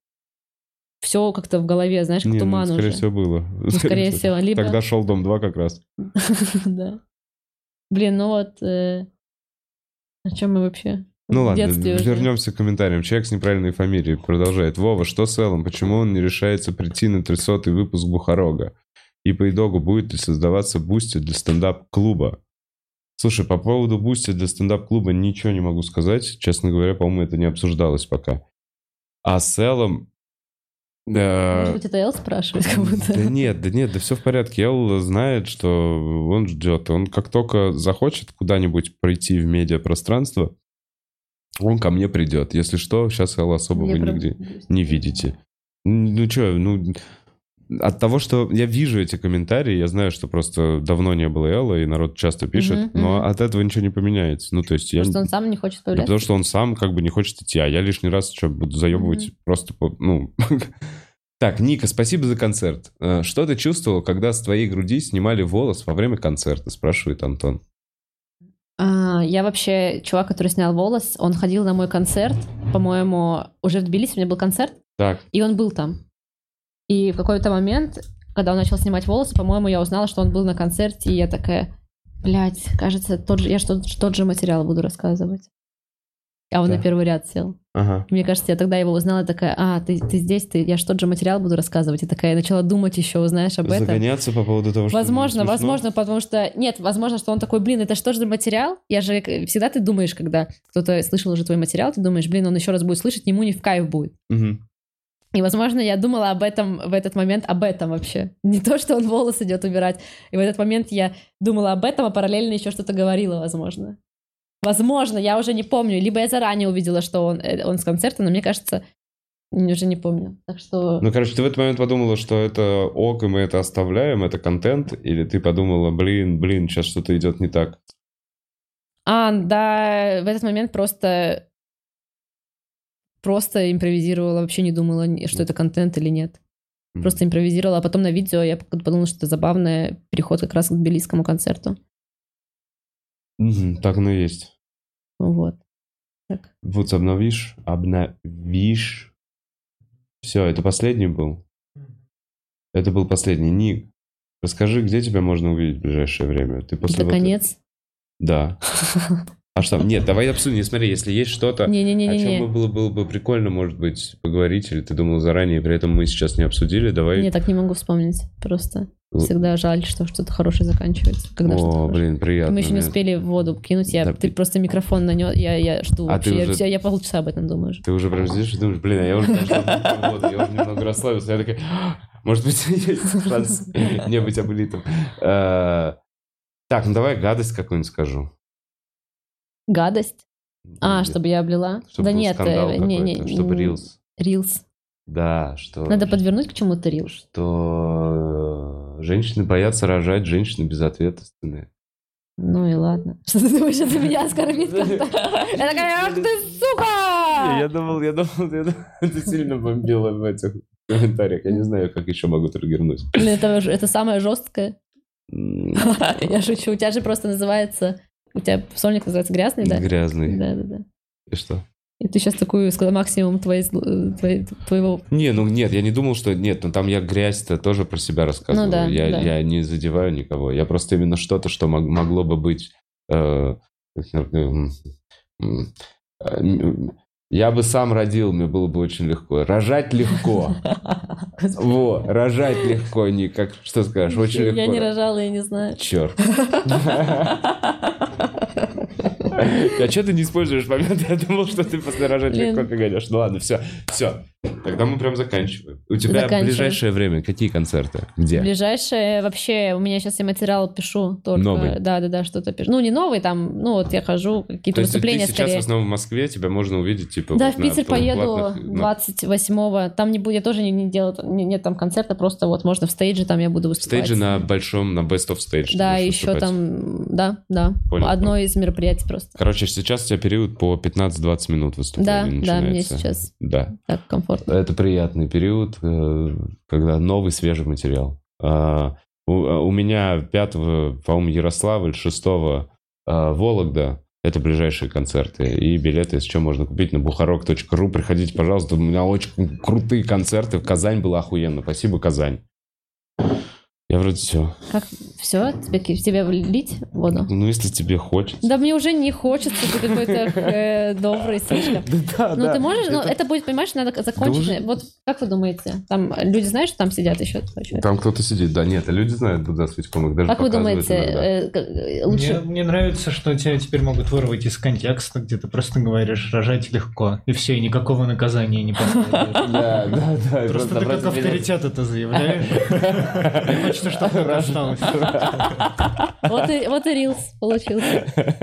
Все как-то в голове, знаешь, как Не, ну, туман скорее уже. всего, было. Ну, скорее всего. Либо... Тогда шел дом два как раз. Да. Блин, ну вот... э, О чем мы вообще? Ну ладно, вернемся к комментариям. Человек с неправильной фамилией продолжает. Вова, что с Эллом? Почему он не решается прийти на трехсотый выпуск Бухарога? И по итогу будет ли создаваться бустер для стендап-клуба? Слушай, по поводу бустера для стендап-клуба ничего не могу сказать. Честно говоря, по-моему, это не обсуждалось пока. А с Эллом... Да... Может быть, это Эл спрашивает как будто? Да нет, да нет, да все в порядке. Эл знает, что он ждет. Он как только захочет куда-нибудь пройти в медиапространство, он ко мне придет. Если что, сейчас Элла особо Мне вы про- нигде не видите. Ну что, ну... От того, что я вижу эти комментарии, я знаю, что просто давно не было Эллы, и народ часто пишет, Мгм, но мгм. от этого ничего не поменяется. Ну, то есть я... Просто он сам не хочет Да появляться. потому что он сам как бы не хочет идти, а я лишний раз что, буду заебывать Мгм. просто по... Ну... Так, Ника, спасибо за концерт. Э, Что ты чувствовал, когда с твоей груди снимали волос во время концерта, спрашивает Антон. А, я вообще, чувак, который снял волос, он ходил на мой концерт, по-моему, уже в Тбилиси у меня был концерт, Так, и он был там. И в какой-то момент, когда он начал снимать волосы, по-моему, я узнала, что он был на концерте, и я такая, блядь, кажется, тот же, я что, тот же материал буду рассказывать. А он Да. на первый ряд сел. ага. Мне кажется, я тогда его узнала, такая, а, ты, ты здесь, ты, я же тот же материал буду рассказывать. И такая, я начала думать еще, знаешь, об этом. Загоняться по поводу того, что... Возможно, смешно? возможно, потому что... Нет, возможно, что он такой, блин, это что же за материал? Я же... Всегда ты думаешь, когда кто-то слышал уже твой материал, ты думаешь, блин, он еще раз будет слышать, ему не в кайф будет. Мгм. И, возможно, я думала об этом в этот момент, об этом вообще. Не то, что он волос идет убирать. И в этот момент я думала об этом, а параллельно еще что-то говорила, возможно. Возможно, я уже не помню. Либо я заранее увидела, что он, э, он с концерта, но мне кажется, уже не помню. Так что... Ну, короче, ты в этот момент подумала, что это ок, и мы это оставляем, это контент, или ты подумала, блин, блин, сейчас что-то идет не так? А, да, в этот момент просто... Просто импровизировала, вообще не думала, ни- что это контент или нет. Мгм. Просто импровизировала, а потом на видео я подумала, что это забавный переход как раз к тбилисскому концерту. Мгм, так оно и есть. Вот. Так. Вот обновишь, обновишь. Все, это последний был? Это был последний. Ник, расскажи, где тебя можно увидеть в ближайшее время? Ты после Это вот- конец. Да. А что? Нет, давай обсудим. Смотри, если есть что-то, о чем Не-не-не-не. бы было, было бы прикольно, может быть, поговорить, или ты думал заранее, при этом мы сейчас не обсудили, давай... Я так не могу вспомнить. Просто Л- всегда жаль, что что-то хорошее заканчивается. Когда что-то О, хорошее. блин, приятно. Мы еще не мне. успели в воду кинуть. Я, Да, ты пи- просто микрофон нанес. Я, я жду А вообще. ты Я, уже- всё- я полчаса об этом думаю уже. Ты уже прям сидишь и думаешь, блин, а я уже нашел воду, я уже немного расслабился. Я такой, «А, может быть, есть шанс не быть облитым. Э, Так, ну давай гадость какую-нибудь скажу. Гадость? А, Или- чтобы я облила? чтобы да был нет, скандал э, не, не, какой-то, чтобы м, рилс. Рилс. Да, что... Надо подвернуть к чему-то рилс. Что э, женщины боятся рожать, женщины безответственные. Ну и ладно. Что ты думаешь, это меня оскорбит как-то? Я такая, ах ты, сука! Я думал, я думал, я думал, ты сильно бомбила в этих комментариях. Я не знаю, как еще могу триггернуть. Блин, это, ж- это самое жесткое. М, Я шучу. У тебя же просто называется... У тебя сольник называется грязный, да? Грязный. Да, да, да. И что? И ты сейчас такую сказал максимум твоей, зл- твоей- твоего... Не, ну нет, я не думал, что... Нет, ну там я грязь-то тоже про себя рассказываю. Ну да, я, да. я не задеваю никого. Я просто именно что-то, что мог- могло бы быть... э, м, м, э, м, я бы сам родил, мне было бы очень легко. Рожать легко. Во, рожать легко, не как... Что скажешь? Очень легко. Я не рожала, я не знаю. Черт. А что ты не используешь момент? Я думал, что ты после рожать Блин. легко погонишь. Ну ладно, все, все. Тогда мы прям заканчиваем. У тебя в Заканчиваем. ближайшее время какие концерты? Где? Ближайшее вообще, у меня сейчас я материал пишу только. Новый? Да, да, да, что-то пишу. Ну, не новый, там, ну, вот я хожу, какие-то То есть ты выступления сейчас скорее. в основном в Москве, тебя можно увидеть, типа... Да, вот в на Питер поеду платных- на- двадцать восьмого. Там не будет, я тоже не, не делаю, не- нет там концерта, просто вот можно в стейдже, там я буду В выступать. стейдже на большом, на Best of Stage. ты Да, будешь еще выступать. там, да, да. Понял, Одно понял. из мероприятий просто. Короче, сейчас у тебя период по пятнадцать-двадцать минут Да, выступления да, мне начинается. сейчас Да. так комфортно. Это приятный период, э, когда новый свежий материал. А, У, у меня пятого, по-моему, Ярославль, шестого Вологда. Это ближайшие концерты. И билеты, если что, можно купить на бухарок точка ру. Приходите, пожалуйста. У меня очень крутые концерты. В Казань было охуенно. Спасибо, Казань. Я вроде все. Как все, тебе, тебе влить воду? Ну, если тебе хочется. Да мне уже не хочется, ты какой-то э, добрый слишком. Да, ну, да. ты можешь, ну, это будет, понимаешь, надо закончить. Да уже... Вот как вы думаете, там люди знают, что там сидят еще? Там кто-то сидит, да, нет, люди знают, да, Светьком, их даже как вы думаете, э, лучше... Мне, мне нравится, что тебя теперь могут вырвать из контекста, где ты просто говоришь, рожать легко, и все, и никакого наказания не поставят. Да, да, да. Просто ты как авторитет это заявляешь. Хочется, чтобы так осталось. Вот и, вот и рилс получился.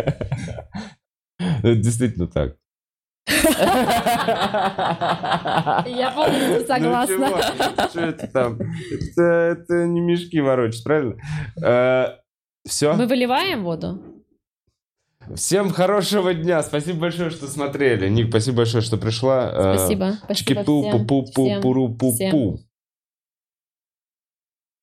Это действительно так. Я полностью согласна. Ну, что это там? Это, это не мешки ворочать, правильно? А, все? Мы выливаем воду? Всем хорошего дня. Спасибо большое, что смотрели. Ник, спасибо большое, что пришла. Спасибо. Спасибо Чики-пу, всем. пу-пу-пу-пу-пу-пу.